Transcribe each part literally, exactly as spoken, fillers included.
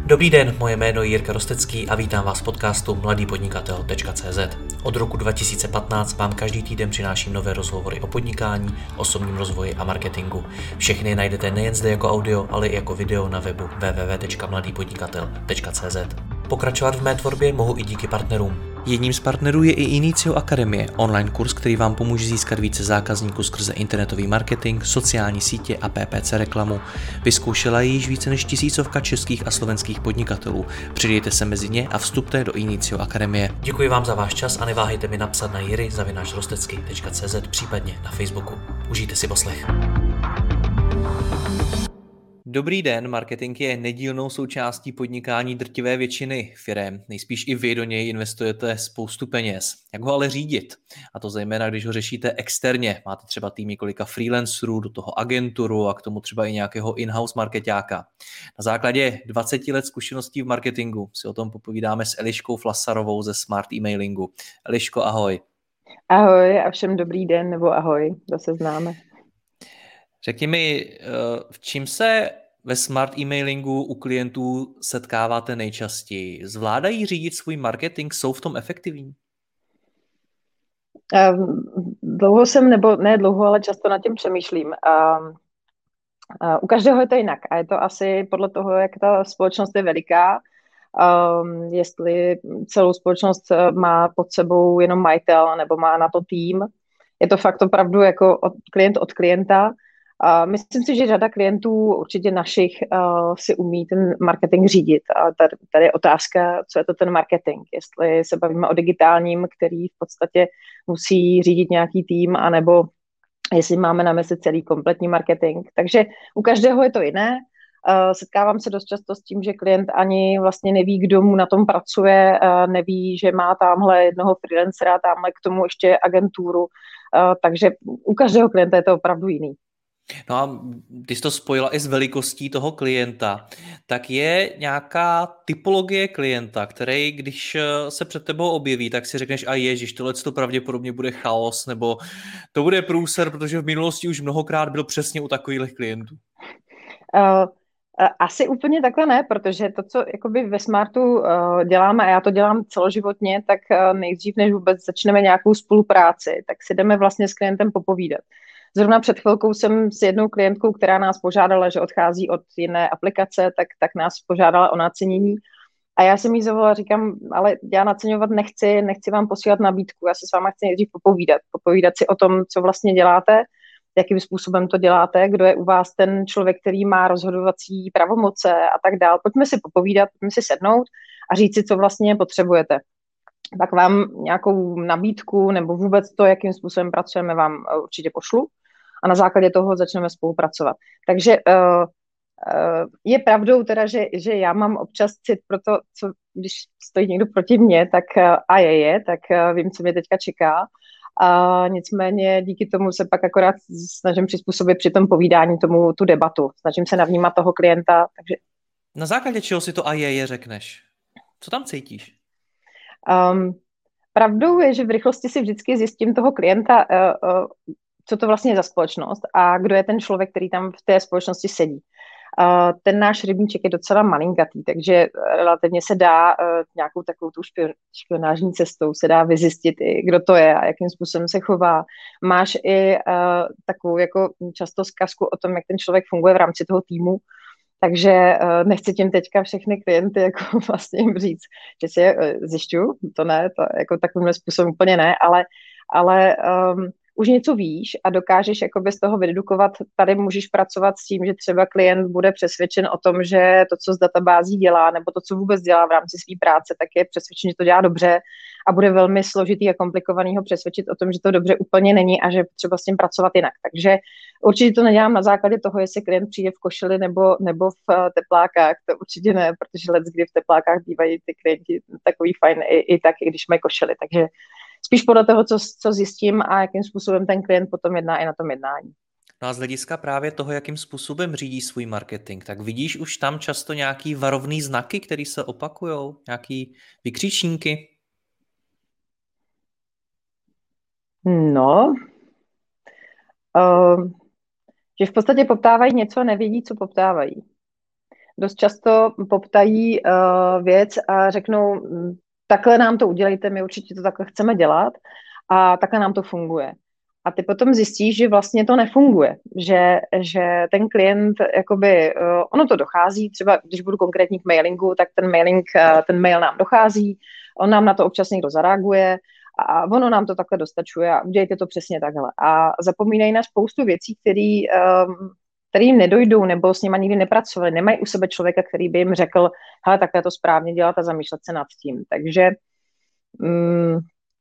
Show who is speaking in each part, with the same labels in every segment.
Speaker 1: Dobrý den, moje jméno je Jirka Rostecký a vítám vás v podcastu mladý podnikatel tečka cé zet. Od roku dva tisíce patnáct vám každý týden přináším nové rozhovory o podnikání, osobním rozvoji a marketingu. Všechny najdete nejen zde jako audio, ale i jako video na webu w w w tečka mladý podnikatel tečka cé zet. Pokračovat v mé tvorbě mohu i díky partnerům. Jedním z partnerů je i Inicio Akademie, online kurz, který vám pomůže získat více zákazníků skrze internetový marketing, sociální sítě a P P C reklamu. Vyzkoušela ji již více než tisícovka českých a slovenských podnikatelů. Přidejte se mezi ně a vstupte do Inicio Akademie. Děkuji vám za váš čas a neváhejte mi napsat na jiry zavináč rostecky tečka cé zet, případně na Facebooku. Užijte si poslech. Dobrý den, marketing je nedílnou součástí podnikání drtivé většiny firem. Nejspíš i vy do něj investujete spoustu peněz. Jak ho ale řídit? A to zejména, když ho řešíte externě. Máte třeba tým několika freelancerů, do toho agenturu a k tomu třeba i nějakého in-house marketáka. Na základě dvacet let zkušeností v marketingu si o tom popovídáme s Eliškou Flasarovou ze Smart Emailingu. Eliško, ahoj.
Speaker 2: Ahoj a všem dobrý den nebo ahoj, kdo se známe.
Speaker 1: Řekni mi, v čím se ve Smart Emailingu u klientů setkáváte nejčastěji? Zvládají řídit svůj marketing? Jsou v tom efektivní?
Speaker 2: Um, dlouho jsem, nebo ne dlouho, ale často nad tím přemýšlím. Um, uh, u každého je to jinak a je to asi podle toho, jak ta společnost je veliká. Um, jestli celou společnost má pod sebou jenom majitel nebo má na to tým. Je to fakt opravdu jako od, klient od klienta. Uh, myslím si, že řada klientů, určitě našich, uh, si umí ten marketing řídit. A tady, tady je otázka, co je to ten marketing. Jestli se bavíme o digitálním, který v podstatě musí řídit nějaký tým, anebo jestli máme na mysli celý kompletní marketing. Takže u každého je to jiné. Uh, setkávám se dost často s tím, že klient ani vlastně neví, kdo mu na tom pracuje, uh, neví, že má tamhle jednoho freelancera, tamhle k tomu ještě agenturu. Uh, takže u každého klienta je to opravdu jiný.
Speaker 1: No a ty jsi to spojila i s velikostí toho klienta. Tak je nějaká typologie klienta, který, když se před tebou objeví, tak si řekneš, a ježiš, tohle to pravděpodobně bude chaos, nebo to bude průser, protože v minulosti už mnohokrát byl přesně u takových klientů.
Speaker 2: Uh, asi úplně takhle ne, protože to, co jakoby ve Smartu uh, děláme, a já to dělám celoživotně, tak uh, nejdřív, než vůbec začneme nějakou spolupráci, tak si jdeme vlastně s klientem popovídat. Zrovna před chvilkou jsem s jednou klientkou, která nás požádala, že odchází od jiné aplikace, tak, tak nás požádala o nacenění. A já jsem jí zavolala, říkám, ale já naceňovat nechci, nechci vám posílat nabídku, já se s váma chci nejdřív popovídat. Popovídat si o tom, co vlastně děláte, jakým způsobem to děláte, kdo je u vás ten člověk, který má rozhodovací pravomoce a tak dál. Pojďme si popovídat, pojďme si sednout a říct si, co vlastně potřebujete. Pak vám nějakou nabídku nebo vůbec to, jakým způsobem pracujeme, vám určitě pošlu a na základě toho začneme spolupracovat. Takže uh, uh, je pravdou teda, že, že já mám občas cit pro to, co, když stojí někdo proti mně, tak uh, a je je, tak uh, vím, co mě teďka čeká. A nicméně díky tomu se pak akorát snažím přizpůsobit při tom povídání tomu tu debatu. Snažím se navnímat toho klienta. Takže...
Speaker 1: Na základě čeho si to a je je řekneš? Co tam cítíš?
Speaker 2: Um, pravdou je, že v rychlosti si vždycky zjistím toho klienta, uh, uh, co to vlastně je za společnost a kdo je ten člověk, který tam v té společnosti sedí. Uh, ten náš rybníček je docela malinkatý, takže relativně se dá uh, nějakou takovou tu špionážní cestou se dá vyzjistit i kdo to je a jakým způsobem se chová. Máš i uh, takovou jako často zkazku o tom, jak ten člověk funguje v rámci toho týmu, takže uh, nechci tím teďka všechny klienty jako vlastně jim říct, že si je uh, zjišťuju, to ne, to jako takovým způsobem úplně ne, ale, ale um, už něco víš a dokážeš jakoby z toho vydedukovat, tady můžeš pracovat s tím, že třeba klient bude přesvědčen o tom, že to, co z databází dělá, nebo to, co vůbec dělá v rámci své práce, tak je přesvědčen, že to dělá dobře a bude velmi složitý a komplikovaný ho přesvědčit o tom, že to dobře úplně není a že třeba s tím pracovat jinak. Takže určitě to nedělám na základě toho, jestli klient přijde v košili nebo, nebo v teplákách, to určitě ne, protože let, kdy v teplákách bývají ty klienti takový fajn i, i tak, i když mají košili, takže spíš podle toho, co, co zjistím a jakým způsobem ten klient potom jedná i na tom jednání.
Speaker 1: No a z hlediska právě toho, jakým způsobem řídí svůj marketing, tak vidíš už tam často nějaký varovný znaky, které se opakujou, nějaký vykřičníky?
Speaker 2: No, uh, že v podstatě poptávají něco a nevědí, co poptávají. dost často poptají uh, věc a řeknou, takhle nám to udělejte, my určitě to takhle chceme dělat a takhle nám to funguje. A ty potom zjistíš, že vlastně to nefunguje, že, že ten klient, jakoby, uh, ono to dochází, třeba když budu konkrétní k mailingu, tak ten mailing, uh, ten mail nám dochází, on nám na to občas někdo zareaguje a ono nám to takhle dostačuje a udělejte to přesně takhle. A zapomínají na spoustu věcí, které um, který jim nedojdou nebo s nimi nikdy nepracovali, nemají u sebe člověka, který by jim řekl, hele, takhle to správně dělat a zamýšlet se nad tím. Takže um,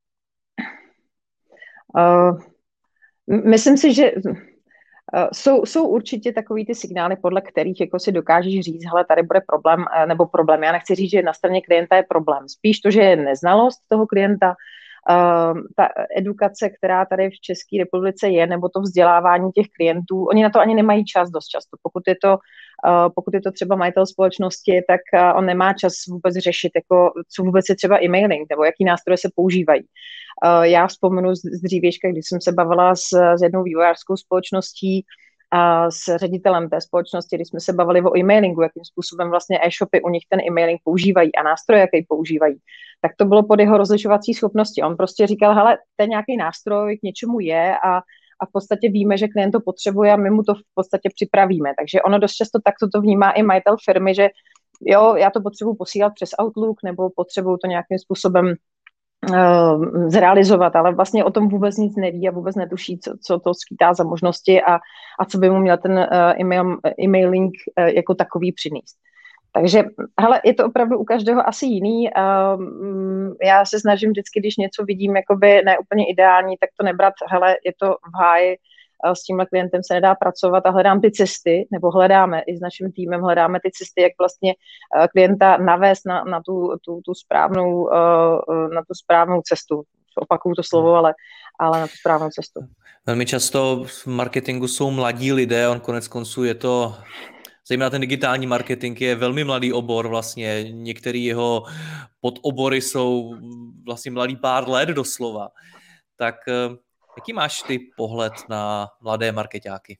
Speaker 2: uh, myslím si, že uh, jsou, jsou určitě takový ty signály, podle kterých jako si dokážeš říct, hele, tady bude problém, uh, nebo problém. Já nechci říct, že na straně klienta je problém. Spíš to, že je neznalost toho klienta, Uh, ta edukace, která tady v České republice je, nebo to vzdělávání těch klientů, oni na to ani nemají čas dost často. Pokud je to, uh, pokud je to třeba majitel společnosti, tak uh, on nemá čas vůbec řešit, jako, co vůbec je třeba e-mailing, nebo jaký nástroje se používají. Uh, já vzpomenu z, z dřívějška, když jsem se bavila s, s jednou vývojářskou společností a s ředitelem té společnosti, když jsme se bavili o e-mailingu, jakým způsobem vlastně e-shopy u nich ten e-mailing používají a nástroje, jaký používají, tak to bylo pod jeho rozlišovací schopnosti. On prostě říkal, hele, ten nějaký nástroj k něčemu je a, a v podstatě víme, že klient to potřebuje a my mu to v podstatě připravíme. Takže ono dost často takto to vnímá i majitel firmy, že jo, já to potřebuji posílat přes Outlook nebo potřebuji to nějakým způsobem uh, zrealizovat, ale vlastně o tom vůbec nic neví a vůbec netuší, co, co to skýtá za možnosti a, a co by mu měl ten uh, email, e-mailing uh, jako takový přinést. Takže, hele, je to opravdu u každého asi jiný. Um, já se snažím vždycky, když něco vidím jakoby ne úplně ideální, tak to nebrat, hele, je to v háji, s tímhle klientem se nedá pracovat a hledám ty cesty, nebo hledáme i s naším týmem, hledáme ty cesty, jak vlastně klienta navést na, na, tu, tu, tu správnou, na tu správnou cestu. Opakuju to slovo, ale, ale na tu správnou cestu.
Speaker 1: Velmi často v marketingu jsou mladí lidé, on konec konců je to... Zejména ten digitální marketing je velmi mladý obor vlastně, některé jeho podobory jsou vlastně mladý pár let doslova. Tak jaký máš ty pohled na mladé markeťáky?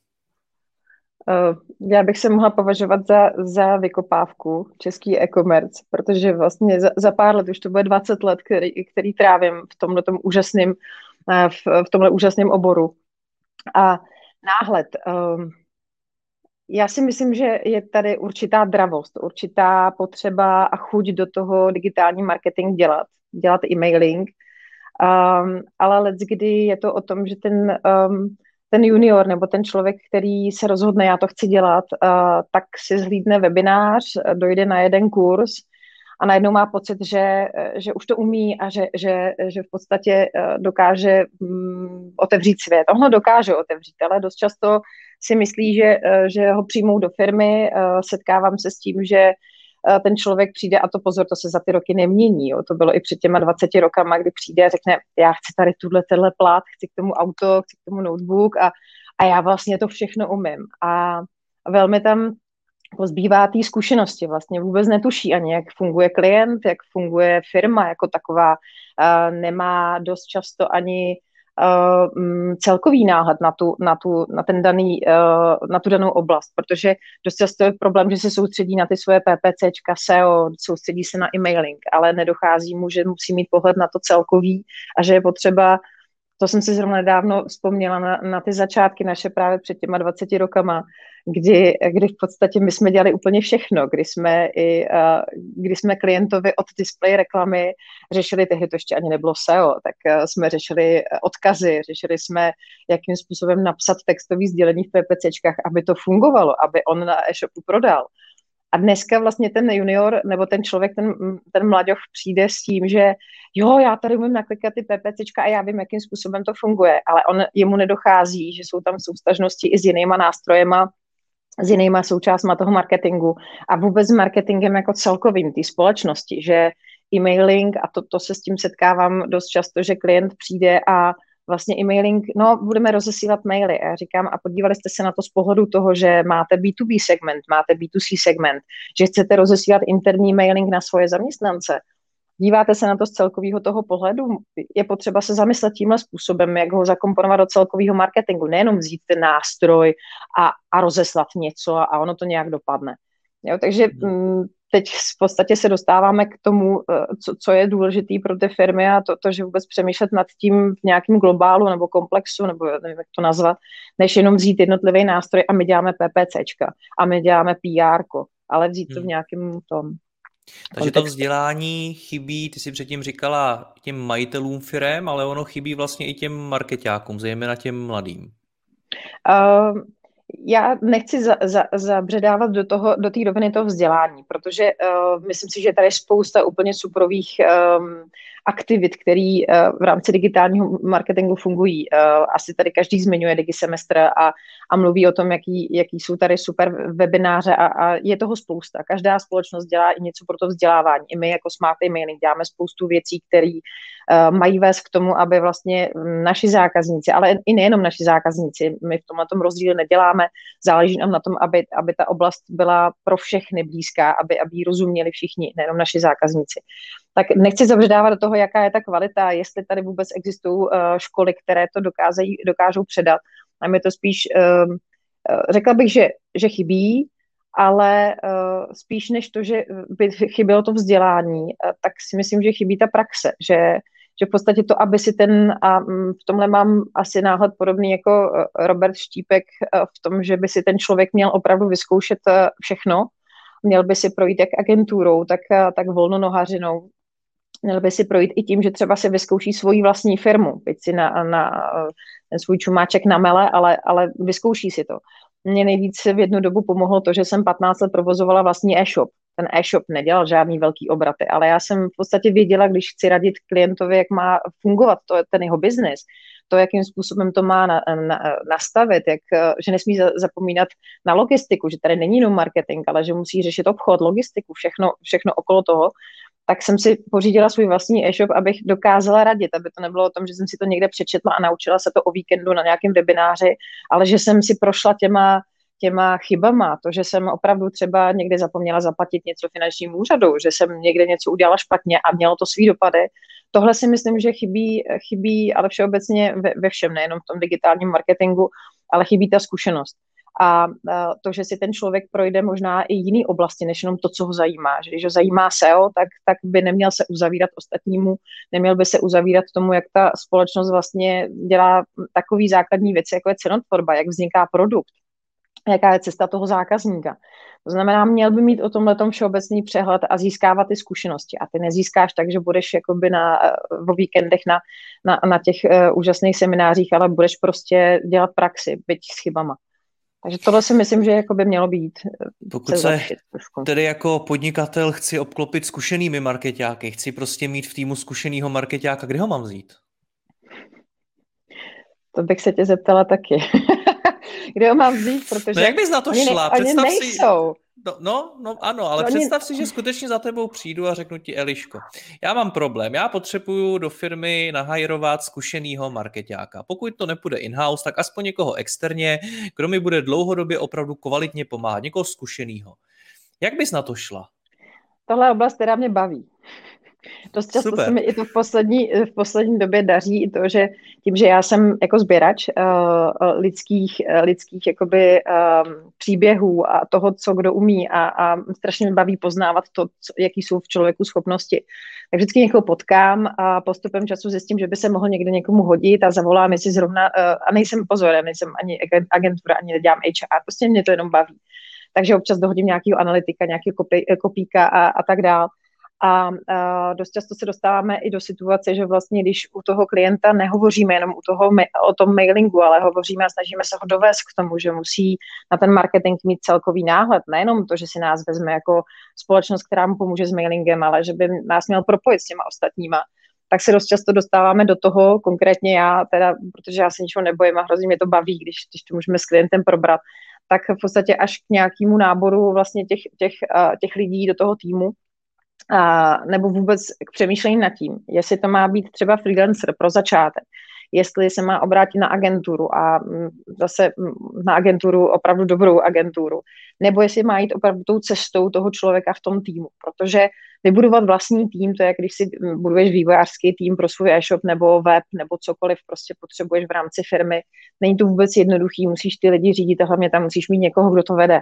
Speaker 2: Já bych se mohla považovat za, za vykopávku český e-commerce, protože vlastně za, za pár let, už to bude dvacet let, který, který trávím v tomhle úžasném v, v tomhle úžasném oboru. A náhled... Um, Já si myslím, že je tady určitá dravost, určitá potřeba a chuť do toho digitální marketing dělat, dělat e-mailing, um, ale leckdy je to o tom, že ten, um, ten junior nebo ten člověk, který se rozhodne, já to chci dělat, uh, tak si zhlídne webinář, dojde na jeden kurz a najednou má pocit, že, že už to umí a že, že, že v podstatě dokáže um, otevřít svět. Ono dokáže otevřít, ale dost často si myslí, že, že ho přijmou do firmy. Setkávám se s tím, že ten člověk přijde, a to pozor, to se za ty roky nemění. Jo. To bylo i před těma dvaceti rokama, kdy přijde a řekne, já chci tady tuhle, tenhle plát, chci k tomu auto, chci k tomu notebook a, a já vlastně to všechno umím. A velmi tam pozbývá té zkušenosti, vlastně vůbec netuší ani, jak funguje klient, jak funguje firma jako taková. Nemá dost často ani Uh, celkový náhled na tu, na, tu, na, ten daný, uh, na tu danou oblast, protože dost často je problém, že se soustředí na ty svoje PPCčka, S E O, soustředí se na e-mailing, ale nedochází mu, že musí mít pohled na to celkový a že je potřeba, to jsem si zrovna nedávno vzpomněla na, na ty začátky naše právě před těma dvaceti rokama, kdy, kdy v podstatě my jsme dělali úplně všechno, kdy jsme, i, uh, kdy jsme klientovi od display reklamy řešili, tehdy to ještě ani nebylo S E O, tak uh, jsme řešili odkazy, řešili jsme, jakým způsobem napsat textový sdělení v PPCčkách, aby to fungovalo, aby on na e-shopu prodal. A dneska vlastně ten junior nebo ten člověk, ten, ten mladěch přijde s tím, že jo, já tady umím naklikat ty PPCčka a já vím, jakým způsobem to funguje, ale on, jemu nedochází, že jsou tam soustažnosti i s jinýma nástrojema, s jinýma součástma toho marketingu a vůbec s marketingem jako celkovým té společnosti, že e-mailing, a to, to se s tím setkávám dost často, že klient přijde a vlastně e-mailing, no, budeme rozesílat maily. A já říkám, a podívali jste se na to z pohledu toho, že máte B dva B segment, máte B dva C segment, že chcete rozesílat interní mailing na svoje zaměstnance. Díváte se na to z celkového toho pohledu, je potřeba se zamyslet tímhle způsobem, jak ho zakomponovat do celkového marketingu, nejenom vzít ten nástroj a, a rozeslat něco a, a ono to nějak dopadne. Jo, takže mm, teď v podstatě se dostáváme k tomu, co, co je důležitý pro ty firmy a to, to, že vůbec přemýšlet nad tím v nějakém globálu nebo komplexu, nebo nevím, jak to nazvat, než jenom vzít jednotlivý nástroj a my děláme PPCčka a my děláme PRko, ale vzít to v nějakém tom
Speaker 1: Takže to vzdělání chybí, ty si předtím říkala těm majitelům firem, ale ono chybí vlastně i těm markeťákům, zejména těm mladým.
Speaker 2: Uh, já nechci za, za, zabředávat do toho, do té roviny toho vzdělání, protože uh, myslím si, že tady je spousta úplně superových um, aktivit, které uh, v rámci digitálního marketingu fungují. Uh, asi tady každý zmiňuje DigiSemestr a, a mluví o tom, jaký, jaký jsou tady super webináře a, a je toho spousta. Každá společnost dělá i něco pro to vzdělávání. I my jako Smart Emailing děláme spoustu věcí, které uh, mají vést k tomu, aby vlastně naši zákazníci, ale i nejenom naši zákazníci, my v tomhle tom rozdíl neděláme, záleží nám na tom, aby, aby ta oblast byla pro všechny blízká, aby, aby ji rozuměli všichni, nejenom naši zákazníci. Tak nechci zabředávat do toho, jaká je ta kvalita, jestli tady vůbec existují uh, školy, které to dokáží, dokážou předat. A mi to spíš, uh, řekla bych, že, že chybí, ale uh, spíš než to, že by chybělo to vzdělání, uh, tak si myslím, že chybí ta praxe, že že v podstatě to, aby si ten, a v tomhle mám asi náhled podobný jako Robert Štípek v tom, že by si ten člověk měl opravdu vyzkoušet všechno, měl by si projít jak agenturou, tak, tak volnonohařinou, měl by si projít i tím, že třeba si vyzkouší svoji vlastní firmu, byť si na, na ten svůj čumáček namele, ale, ale vyzkouší si to. Mně nejvíc v jednu dobu pomohlo to, že jsem patnáct let provozovala vlastní e-shop. Ten e-shop nedělal žádný velký obraty, ale já jsem v podstatě věděla, když chci radit klientovi, jak má fungovat to, ten jeho biznis, to, jakým způsobem to má na, na, nastavit, jak, že nesmí za, zapomínat na logistiku, že tady není jenom marketing, ale že musí řešit obchod, logistiku, všechno, všechno okolo toho, tak jsem si pořídila svůj vlastní e-shop, abych dokázala radit, aby to nebylo o tom, že jsem si to někde přečetla a naučila se to o víkendu na nějakém webináři, ale že jsem si prošla těma těma chybama, to, že jsem opravdu třeba někde zapomněla zaplatit něco finančnímu úřadu, že jsem někde něco udělala špatně a mělo to svý dopady. Tohle si myslím, že chybí, chybí ale všeobecně ve, ve všem, nejenom v tom digitálním marketingu, ale chybí ta zkušenost. A to, že si ten člověk projde možná i jiný oblasti, než jenom to, co ho zajímá. Že když ho zajímá S E O, tak, tak by neměl se uzavírat ostatnímu, neměl by se uzavírat tomu, jak ta společnost vlastně dělá takový základní věci, jako je cenotvorba, jak vzniká produkt, jaká je cesta toho zákazníka. To znamená, měl by mít o tomhletom všeobecný přehled a získávat ty zkušenosti. A ty nezískáš tak, že budeš jakoby na, o víkendech na, na, na těch uh, úžasných seminářích, ale budeš prostě dělat praxi, byť s chybama. Takže tohle si myslím, že jako by mělo být.
Speaker 1: Pokud se tedy jako podnikatel chci obklopit zkušenými markeťáky, chci prostě mít v týmu zkušenýho markeťáka, kde ho mám vzít?
Speaker 2: To bych se tě zeptala taky. Kde ho mám vzít, protože...
Speaker 1: No jak bys na to šla?
Speaker 2: Oni,
Speaker 1: Představ
Speaker 2: oni nejsou.
Speaker 1: Si... No, no, no ano, ale oni... představ si, že skutečně za tebou přijdu a řeknu ti, Eliško, já mám problém, já potřebuju do firmy nahajrovat zkušenýho markeťáka. Pokud to nepůjde in-house, tak aspoň někoho externě, kdo mi bude dlouhodobě opravdu kvalitně pomáhat, někoho zkušenýho. Jak bys na to šla?
Speaker 2: Tohle oblast, která mě baví. Dost často Super. Se mi i to v poslední, v poslední době daří i to, že tím, že já jsem jako sběrač uh, lidských, lidských jakoby, um, příběhů a toho, co kdo umí a, a strašně mě baví poznávat to, co, jaký jsou v člověku schopnosti. Tak vždycky někoho potkám a postupem času zjistím, že by se mohl někde někomu hodit a zavolám, jestli zrovna, uh, a nejsem pozor, já nejsem ani agentura, ani nedělám H R, prostě mě to jenom baví. Takže občas dohodím nějakého analytika, nějakého kopí, kopíka a, a tak dál. A, a dost často se dostáváme i do situace, že vlastně, když u toho klienta nehovoříme jenom u toho, o tom mailingu, ale hovoříme a snažíme se ho dovést k tomu, že musí na ten marketing mít celkový náhled. Nejenom to, že si nás vezme jako společnost, která mu pomůže s mailingem, ale že by nás měl propojit s těma ostatníma. Tak se dost často dostáváme do toho, konkrétně já, teda, protože já se ničeho nebojím a hrozně mě to baví, když, když to můžeme s klientem probrat, tak v podstatě až k nějakému náboru vlastně těch, těch, těch lidí do toho týmu, a, nebo vůbec k přemýšlení nad tím, jestli to má být třeba freelancer pro začátek, jestli se má obrátit na agenturu a zase na agenturu, opravdu dobrou agenturu, nebo jestli má jít opravdu tou cestou toho člověka v tom týmu, protože vybudovat vlastní tým, to je, když si buduješ vývojářský tým pro svůj e-shop nebo web nebo cokoliv prostě potřebuješ v rámci firmy, není to vůbec jednoduchý, musíš ty lidi řídit a hlavně tam musíš mít někoho, kdo to vede.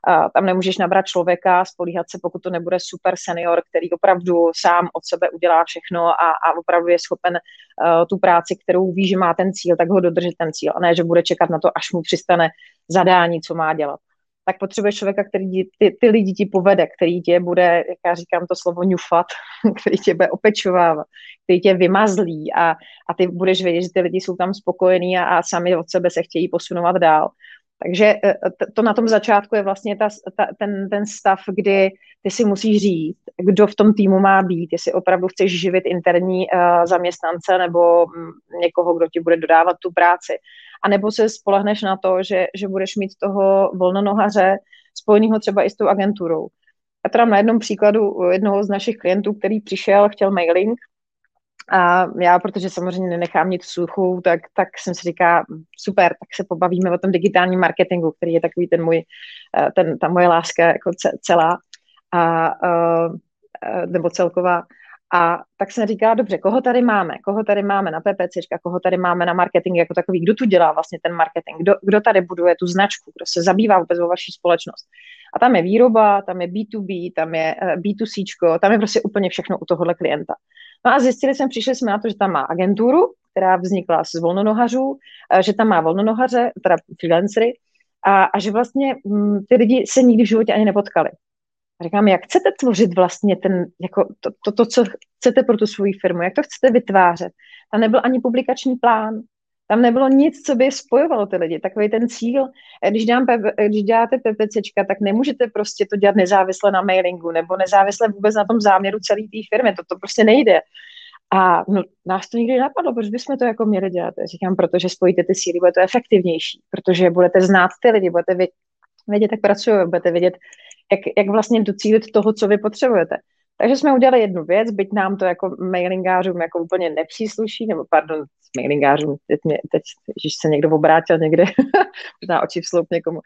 Speaker 2: A tam nemůžeš nabrat člověka, spolíhat se, pokud to nebude super senior, který opravdu sám od sebe udělá všechno a, a opravdu je schopen uh, tu práci, kterou ví, že má ten cíl, tak ho dodržet ten cíl. A ne, že bude čekat na to, až mu přistane zadání, co má dělat. Tak potřebuješ člověka, který ty, ty lidi ti povede, který tě bude, jak já říkám to slovo ňufat, který tě bude opečovávat, který tě vymazlí a, a ty budeš vědět, že ty lidi jsou tam spokojení a, a sami od sebe se chtějí posunovat dál. Takže to na tom začátku je vlastně ta, ta, ten, ten stav, kdy ty si musíš říct, kdo v tom týmu má být, jestli opravdu chceš živit interní uh, zaměstnance nebo um, někoho, kdo ti bude dodávat tu práci. A nebo se spolehneš na to, že, že budeš mít toho volnonohaře spojenýho třeba i s tou agenturou. Já teda na jednom příkladu jednoho z našich klientů, který přišel, chtěl mailing, a já, protože samozřejmě nenechám nic v sluchu, tak, tak jsem si říká, super, tak se pobavíme o tom digitálním marketingu, který je takový ten můj, ten, ta moje láska jako celá, a, nebo celková. A tak jsem říká, dobře, koho tady máme? Koho tady máme na PPCčka, koho tady máme na marketing jako takový? Kdo tu dělá vlastně ten marketing? Kdo, kdo tady buduje tu značku? Kdo se zabývá vůbec o vaší společnost? A tam je výroba, tam je bé dvě bé, tam je bé dvě céčko, tam je prostě úplně všechno u tohohle klienta. No a zjistili jsme, přišli jsme na to, že tam má agenturu, která vznikla z volnonohařů, že tam má volnonohaře, teda freelancery, a, a že vlastně m, ty lidi se nikdy v životě ani nepotkali. A říkám, jak chcete tvořit vlastně ten, jako to, to, to, co chcete pro tu svoji firmu, jak to chcete vytvářet. Tam nebyl ani publikační plán, tam nebylo nic, co by spojovalo ty lidi. Takový ten cíl, když, dám, když děláte PPCčka, tak nemůžete prostě to dělat nezávisle na mailingu nebo nezávisle vůbec na tom záměru celé té firmy. To, to prostě nejde. A no, nás to nikdy nenapadlo, proč bychom to jako měli dělat. Já říkám, protože spojíte ty síly, bude to efektivnější, protože budete znát ty lidi, budete vědět, jak pracují, budete vědět, jak, jak vlastně docílit toho, co vy potřebujete. Takže jsme udělali jednu věc, byť nám to jako mailingářům jako úplně nepřísluší, nebo pardon, mailingářům, teď, mě, teď když se někdo obrátil někde, možná oči vsloup někomu,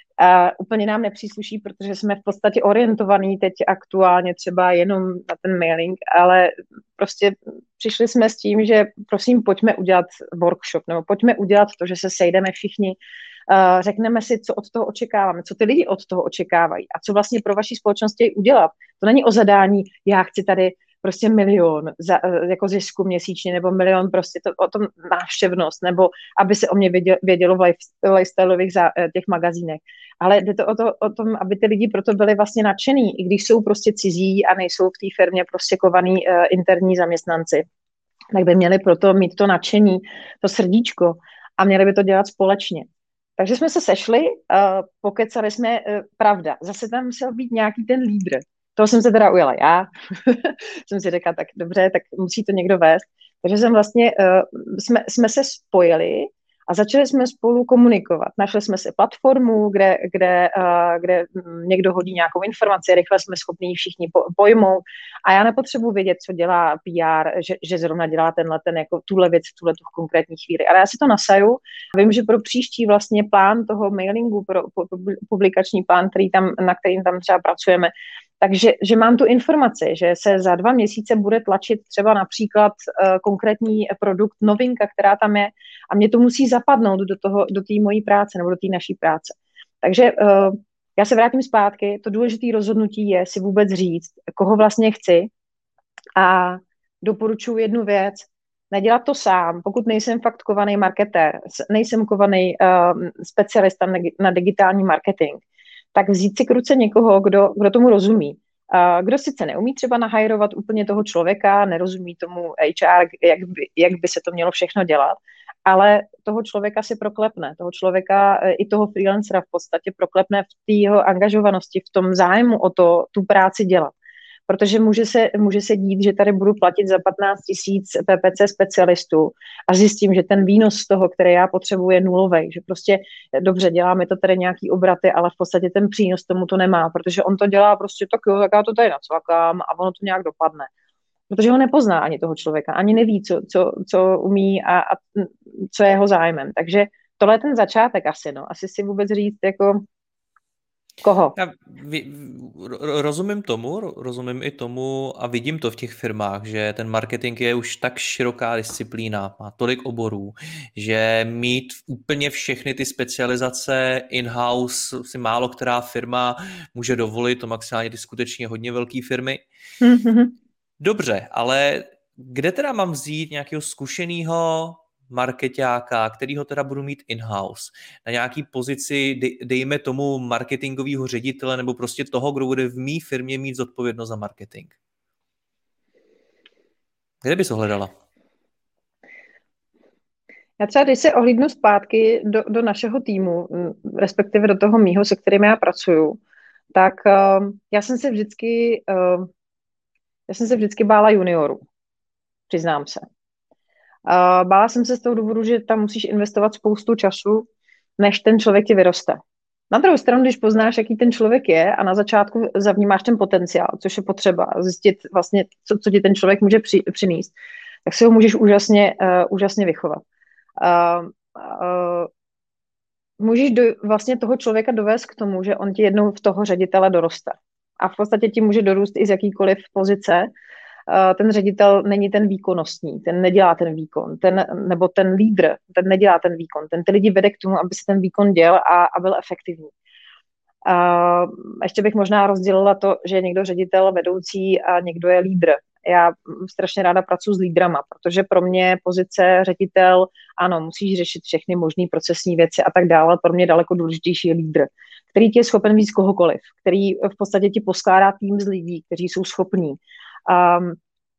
Speaker 2: a úplně nám nepřísluší, protože jsme v podstatě orientovaní teď aktuálně třeba jenom na ten mailing, ale prostě přišli jsme s tím, že prosím, pojďme udělat workshop, nebo pojďme udělat to, že se sejdeme všichni, Uh, řekneme si, co od toho očekáváme, co ty lidi od toho očekávají a co vlastně pro vaši společnost chtějí udělat. To není o zadání, já chci tady prostě milion za, jako zisku měsíčně, nebo milion prostě to, o tom návštěvnost, nebo aby se o mě vědělo, vědělo v lifestyleových těch magazínech. Ale jde to o, to o tom, aby ty lidi proto byli vlastně nadšený, i když jsou prostě cizí a nejsou v té firmě prostě kovaný uh, interní zaměstnanci. Tak by měli proto mít to nadšení, to srdíčko a měli by to dělat společně. Takže jsme se sešli, uh, pokecali jsme, uh, pravda, zase tam musel být nějaký ten lídr. Toho jsem se teda ujela já. Jsem si řekla, tak dobře, tak musí to někdo vést. Takže jsem vlastně, uh, jsme, jsme se spojili a začali jsme spolu komunikovat. Našli jsme si platformu, kde, kde, uh, kde někdo hodí nějakou informaci, rychle jsme schopni všichni po, pojmout. A já nepotřebuji vědět, co dělá P R, že, že zrovna dělá tenhle, ten, jako tuhle věc v tuhle tu konkrétní chvíli. Ale já si to nasaju. Vím, že pro příští vlastně plán toho mailingu, pro publikační plán, který tam, na kterým tam třeba pracujeme, takže že mám tu informaci, že se za dva měsíce bude tlačit třeba například uh, konkrétní produkt, novinka, která tam je a mě to musí zapadnout do toho, do té mojí práce nebo do té naší práce. Takže uh, já se vrátím zpátky, to důležité rozhodnutí je si vůbec říct, koho vlastně chci a doporučuji jednu věc, nedělat to sám, pokud nejsem fakt kovaný marketér, nejsem kovaný uh, specialista na, na digitální marketing, tak vzít si k ruce někoho, kdo, kdo tomu rozumí. Uh, kdo sice neumí třeba nahajrovat úplně toho člověka, nerozumí tomu H R, jak by, jak by se to mělo všechno dělat, ale toho člověka si proklepne, toho člověka i toho freelancera v podstatě proklepne v té jeho angažovanosti, v tom zájmu o to, tu práci dělat. Protože může se, může se dít, že tady budu platit za patnáct tisíc P P C specialistů a zjistím, že ten výnos z toho, který já potřebuji, je nulovej. Že prostě dobře, děláme to tady nějaký obraty, ale v podstatě ten přínos tomu to nemá, protože on to dělá prostě tak jo, tak já to tady nacvakám a ono to nějak dopadne. Protože ho nepozná ani toho člověka, ani neví, co, co, co umí a, a co je jeho zájmem. Takže tohle je ten začátek asi, no. Asi si vůbec říct, jako Koho?
Speaker 1: Já vy- rozumím tomu, rozumím i tomu a vidím to v těch firmách, že ten marketing je už tak široká disciplína, má tolik oborů, že mít úplně všechny ty specializace in-house si málo která firma může dovolit, to maximálně ty skutečně hodně velké firmy.
Speaker 2: Mm-hmm.
Speaker 1: Dobře, ale kde teda mám vzít nějakého zkušeného markeťáka, kterýho teda budu mít in-house, na nějaký pozici, dej, dejme tomu marketingového ředitele, nebo prostě toho, kdo bude v mý firmě mít zodpovědnost za marketing? Kde bys ho hledala?
Speaker 2: Já třeba, když se ohlídnu zpátky do, do našeho týmu, respektive do toho mýho, se kterým já pracuju, tak uh, já jsem se vždycky uh, já jsem se vždycky bála juniorů, přiznám se. Uh, bála jsem se z toho důvodu, že tam musíš investovat spoustu času, než ten člověk ti vyroste. Na druhou stranu, když poznáš, jaký ten člověk je a na začátku zavnímáš ten potenciál, což je potřeba zjistit vlastně, co, co ti ten člověk může při, přinést, tak si ho můžeš úžasně, uh, úžasně vychovat. Uh, uh, můžeš do, vlastně toho člověka dovést k tomu, že on ti jednou v toho ředitele doroste. A v podstatě ti může dorůst i z jakýkoliv pozice. Uh, ten ředitel není ten výkonnostní, ten nedělá ten výkon, ten, nebo ten lídr, ten nedělá ten výkon. Ten ty lidi vede k tomu, aby se ten výkon děl a, a byl efektivní. Uh, ještě bych možná rozdělila to, že je někdo ředitel, vedoucí a někdo je lídr. Já strašně ráda pracuji s lídrama, protože pro mě pozice ředitel, ano, musíš řešit všechny možné procesní věci a tak dále, pro mě daleko důležitější je lídr, který ti je schopen víc kohokoliv, který v podstatě ti poskládá tým z lidí, kteří jsou schopní. Um,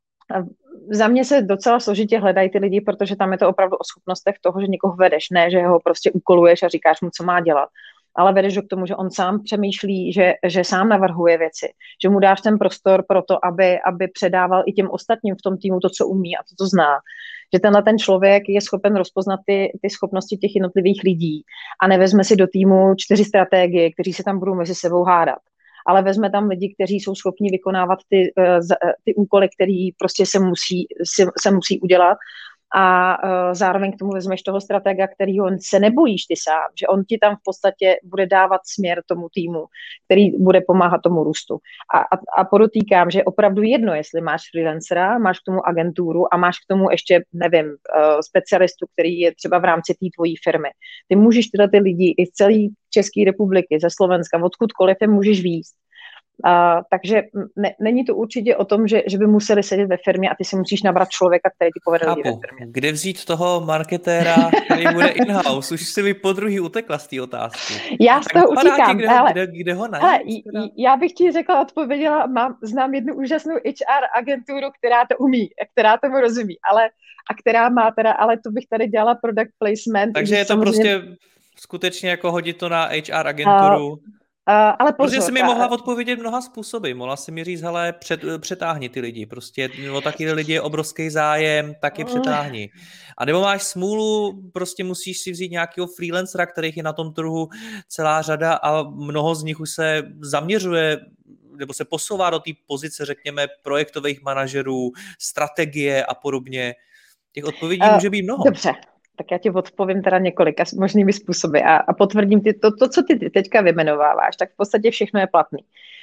Speaker 2: za mě se docela složitě hledají ty lidi, protože tam je to opravdu o schopnostech toho, že někoho vedeš, ne, že ho prostě úkoluješ a říkáš mu, co má dělat, ale vedeš ho k tomu, že on sám přemýšlí, že, že sám navrhuje věci, že mu dáš ten prostor pro to, aby, aby předával i těm ostatním v tom týmu to, co umí a to, co zná. Že tenhle ten člověk je schopen rozpoznat ty, ty schopnosti těch jednotlivých lidí a nevezme si do týmu čtyři strategie, kteří se tam budou mezi sebou hádat, ale vezme tam lidi, kteří jsou schopni vykonávat ty, ty úkoly, které prostě se musí, se musí udělat. A uh, zároveň k tomu vezmeš toho stratega, kterýho se nebojíš ty sám, že on ti tam v podstatě bude dávat směr tomu týmu, který bude pomáhat tomu růstu. A, a, a podotýkám, že je opravdu jedno, jestli máš freelancera, máš k tomu agenturu a máš k tomu ještě, nevím, uh, specialistu, který je třeba v rámci té tvojí firmy. Ty můžeš tyhle ty lidi i z celé České republiky, ze Slovenska, odkudkoliv je můžeš víc. Uh, takže ne, není to určitě o tom, že, že by museli sedět ve firmě a ty si musíš nabrat člověka, který ti povede lidi ve firmě.
Speaker 1: Kde vzít toho marketéra, který bude in-house? Už si mi po druhý utekla z té otázky.
Speaker 2: Já z toho utíkám.
Speaker 1: Kde,
Speaker 2: ale,
Speaker 1: kde, kde ho najít?
Speaker 2: Ale, já bych ti řekla, odpověděla, mám, znám jednu úžasnou H R agenturu, která to umí, která tomu rozumí, ale, a která má teda, ale to bych tady dělala product placement.
Speaker 1: Takže je to samozřejmě... prostě skutečně jako hodit to na H R agenturu. Uh,
Speaker 2: Uh, ale pozor,
Speaker 1: protože jsi mi mohla odpovědět mnoha způsoby. Mohla si mi říct, hele, před, přetáhni ty lidi. Prostě o taky lidi je obrovský zájem, tak je přetáhni. A nebo máš smůlu, prostě musíš si vzít nějakého freelancera, kterých je na tom trhu celá řada a mnoho z nich už se zaměřuje nebo se posouvá do té pozice, řekněme, projektových manažerů, strategie a podobně. Těch odpovědí uh, může být mnoho.
Speaker 2: Dobře. Tak já ti odpovím teda několika možnými způsoby a, a potvrdím ty, to, to, co ty, ty teďka vymenováváš, tak v podstatě všechno je platný.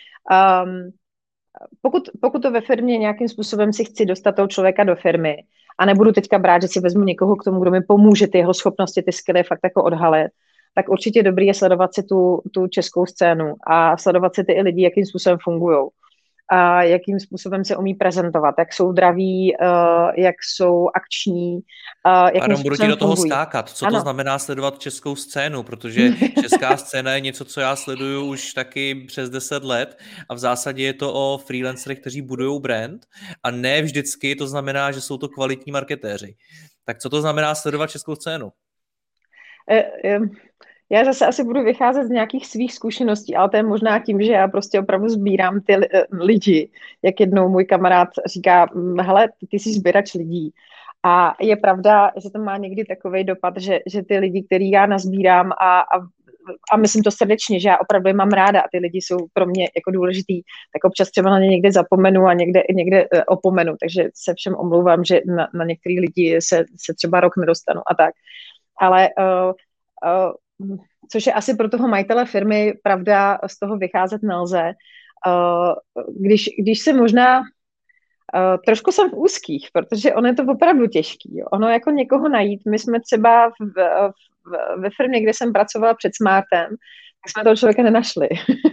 Speaker 2: Um, pokud, pokud to ve firmě nějakým způsobem si chci dostat toho člověka do firmy a nebudu teďka brát, že si vezmu někoho k tomu, kdo mi pomůže ty jeho schopnosti, ty skilly fakt jako odhalit, tak určitě dobrý je sledovat si tu, tu českou scénu a sledovat si ty lidi, jakým způsobem fungujou. A jakým způsobem se umí prezentovat, jak jsou draví, uh, jak jsou akční, uh, jakým
Speaker 1: Pardon, budu ti do toho
Speaker 2: fungují.
Speaker 1: Skákat. Co
Speaker 2: ano.
Speaker 1: to znamená sledovat českou scénu? Protože česká scéna je něco, co já sleduju už taky přes deset let a v zásadě je to o freelancerech, kteří budují brand a ne vždycky to znamená, že jsou to kvalitní marketéři. Tak co to znamená sledovat českou scénu?
Speaker 2: E, e... Já zase asi budu vycházet z nějakých svých zkušeností, ale to je možná tím, že já prostě opravdu sbírám ty lidi. Jak jednou můj kamarád říká, hele, ty jsi sběrač lidí. A je pravda, že to má někdy takovej dopad, že, že ty lidi, který já nazbírám a, a, a myslím to srdečně, že já opravdu je mám ráda a ty lidi jsou pro mě jako důležitý, tak občas třeba na ně někde zapomenu a někde, někde opomenu. Takže se všem omlouvám, že na, na některý lidi se, se třeba rok nedostanu a tak. Ale uh, uh, což je asi pro toho majitele firmy, pravda, z toho vycházet nelze. Když, když se možná Uh, trošku jsem v úzkých, protože ono je to opravdu těžký. Jo. Ono jako někoho najít. My jsme třeba v, v, ve firmě, kde jsem pracovala před Smartem, tak jsme toho člověka nenašli.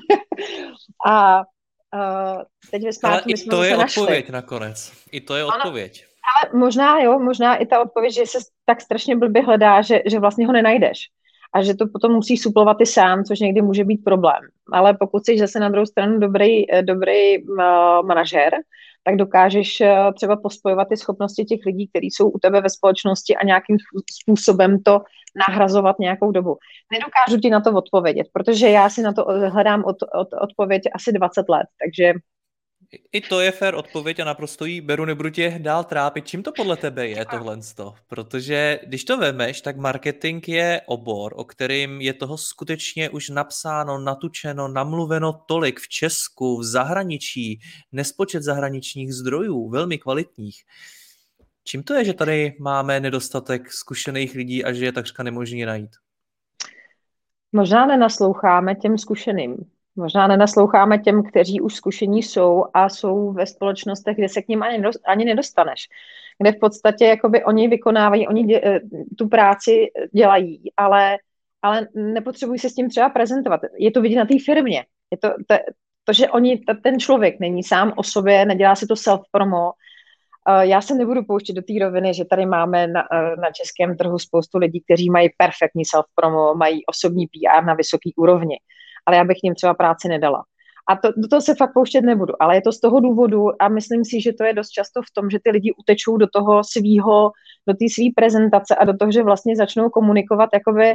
Speaker 2: A uh, teď ve Smartu
Speaker 3: ale
Speaker 2: my
Speaker 3: i
Speaker 2: jsme
Speaker 3: to je
Speaker 2: našli.
Speaker 3: Odpověď nakonec. I to je
Speaker 2: ano,
Speaker 3: odpověď.
Speaker 2: Ale možná, jo, možná i ta odpověď, že se tak strašně blbě hledá, že, že vlastně ho nenajdeš. A že to potom musíš suplovat i sám, což někdy může být problém. Ale pokud jsi zase na druhou stranu dobrý, dobrý uh, manažer, tak dokážeš uh, třeba pospojovat ty schopnosti těch lidí, kteří jsou u tebe ve společnosti a nějakým způsobem to nahrazovat nějakou dobu. Nedokážu ti na to odpovědět, protože já si na to hledám od, od, odpověď asi dvacet let, takže...
Speaker 3: I to je fair odpověď a naprosto jí beru, nebudu tě dál trápit. Čím to podle tebe je tohle? Protože když to vemeš, tak marketing je obor, o kterým je toho skutečně už napsáno, natučeno, namluveno tolik v Česku, v zahraničí, nespočet zahraničních zdrojů, velmi kvalitních. Čím to je, že tady máme nedostatek zkušených lidí a že je takřka nemožné najít?
Speaker 2: Možná nenasloucháme těm zkušeným. Možná nenasloucháme těm, kteří už zkušení jsou a jsou ve společnostech, kde se k ním ani, ani nedostaneš. Kde v podstatě jakoby oni vykonávají, oni dě, tu práci dělají, ale, ale nepotřebují se s tím třeba prezentovat. Je to vidět na té firmě. Je to, to, to, že oni, ten člověk není sám o sobě, nedělá si to self-promo. Já se nebudu pouštět do té roviny, že tady máme na, na českém trhu spoustu lidí, kteří mají perfektní self-promo, mají osobní P R na vysoký úrovni, ale já bych jim třeba práci nedala. A to, do toho se fakt pouštět nebudu, ale je to z toho důvodu a myslím si, že to je dost často v tom, že ty lidi utečou do toho svýho, do té své prezentace a do toho, že vlastně začnou komunikovat jakoby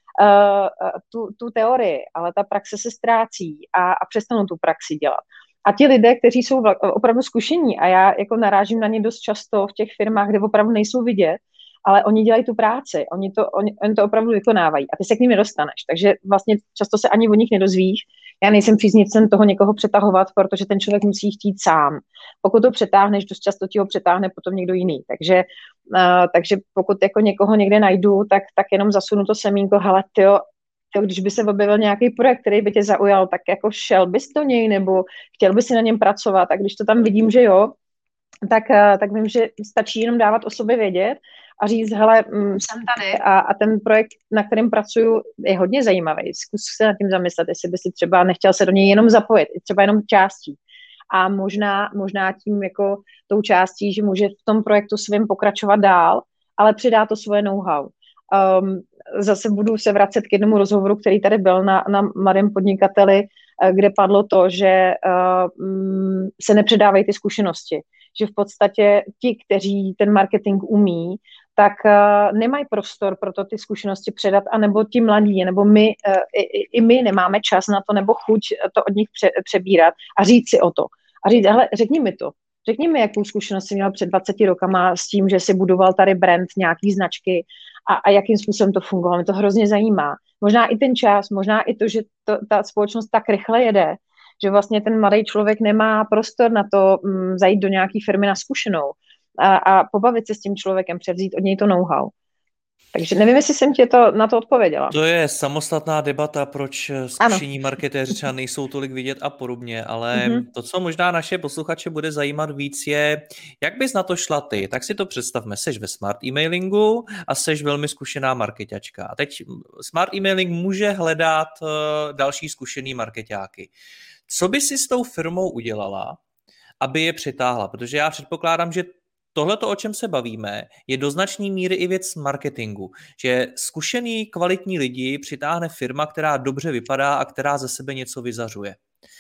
Speaker 2: uh, tu, tu teorii, ale ta praxe se ztrácí a, a přestanou tu praxi dělat. A ti lidé, kteří jsou opravdu zkušení, a já jako narážím na ně dost často v těch firmách, kde opravdu nejsou vidět, ale oni dělají tu práci, oni to, oni, oni to opravdu vykonávají a ty se k ním nedostaneš. Takže vlastně často se ani o nich nedozvíš. Já nejsem příznivcem toho někoho přetahovat, protože ten člověk musí chtít sám. Pokud to přetáhneš, dost často ti ho přetáhne potom někdo jiný. Takže, uh, takže pokud jako někoho někde najdu, tak, tak jenom zasunu to semínko, hele, tyjo, když by se objevil nějaký projekt, který by tě zaujal, tak jako šel bys do něj, nebo chtěl bys si na něm pracovat. A když to tam vidím, že jo, tak, tak vím, že stačí jenom dávat o sobě vědět a říct, hele, jsem tady a, a ten projekt, na kterém pracuju, je hodně zajímavý. Zkus se nad tím zamyslet, jestli by si třeba nechtěl se do něj jenom zapojit, třeba jenom částí. A možná, možná tím jako tou částí, že může v tom projektu svým pokračovat dál, ale přidá to svoje know-how. Um, zase budu se vracet k jednomu rozhovoru, který tady byl na, na Mladém podnikateli, kde padlo to, že uh, um, se nepředávají ty zkušenosti. Že v podstatě ti, kteří ten marketing umí, tak uh, nemají prostor pro to ty zkušenosti předat, anebo ti mladí, nebo my, uh, i, i my nemáme čas na to, nebo chuť to od nich pře, přebírat a říct si o to. A říct, hele, řekni mi to. Řekni mi, jakou zkušenost jsi měl před dvaceti rokama s tím, že jsi budoval tady brand, nějaký značky a, a jakým způsobem to fungovalo. Mě to hrozně zajímá. Možná i ten čas, možná i to, že to, ta společnost tak rychle jede, že vlastně ten mladý člověk nemá prostor na to um, zajít do nějaké firmy na zkušenou a, a pobavit se s tím člověkem, převzít od něj to know-how. Takže nevím, jestli jsem tě to, na to odpověděla.
Speaker 3: To je samostatná debata, proč zkušení marketéři třeba nejsou tolik vidět a podobně, ale mm-hmm. to, co možná naše posluchače bude zajímat víc, je, jak bys na to šla ty. Tak si to představme, seš ve smart emailingu a seš velmi zkušená marketačka. A teď smart emailing může hledat uh, další zkušený marketáky. Co by si s tou firmou udělala, aby je přitáhla? Protože já předpokládám, že tohleto, o čem se bavíme, je do značné míry i věc marketingu, že zkušený, kvalitní lidi přitáhne firma, která dobře vypadá a která ze sebe něco vyzařuje.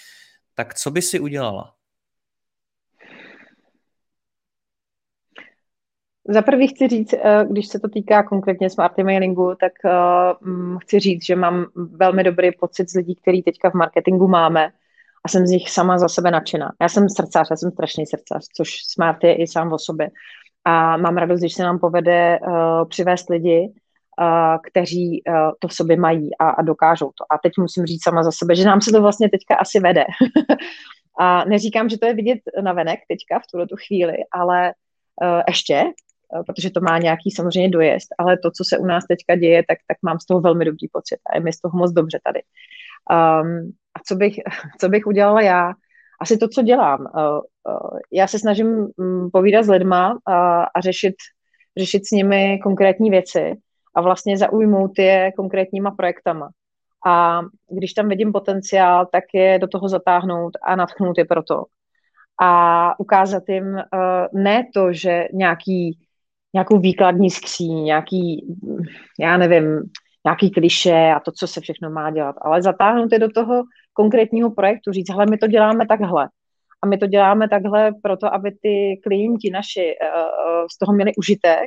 Speaker 3: Tak co by si udělala?
Speaker 2: Za prvý chci říct, když se to týká konkrétně smart emailingu, tak chci říct, že mám velmi dobrý pocit z lidí, který teďka v marketingu máme, a jsem z nich sama za sebe nadšená. Já jsem srdcař, já jsem strašný srdcař, což smart je i sám o sobě. A mám radost, když se nám povede uh, přivést lidi, uh, kteří uh, to v sobě mají a, a dokážou to. A teď musím říct sama za sebe, že nám se to vlastně teďka asi vede. A neříkám, že to je vidět navenek teďka v tuhletu chvíli, ale uh, ještě, protože to má nějaký samozřejmě dojezd, ale to, co se u nás teďka děje, tak, tak mám z toho velmi dobrý pocit a je mi z toho moc dobře tady. Um, a co bych, co bych udělala já? Asi to, co dělám. Uh, uh, já se snažím um, povídat s lidma uh, a řešit, řešit s nimi konkrétní věci a vlastně zaujmout je konkrétníma projektama. A když tam vidím potenciál, tak je do toho zatáhnout a natchnout je pro to. A ukázat jim uh, ne to, že nějaký, nějakou výkladní skříň, nějaký, já nevím, nějaký klišé a to, co se všechno má dělat, ale zatáhnout je do toho konkrétního projektu, říct, hele, my to děláme takhle. A my to děláme takhle proto, aby ty klienti naši uh, z toho měli užitek.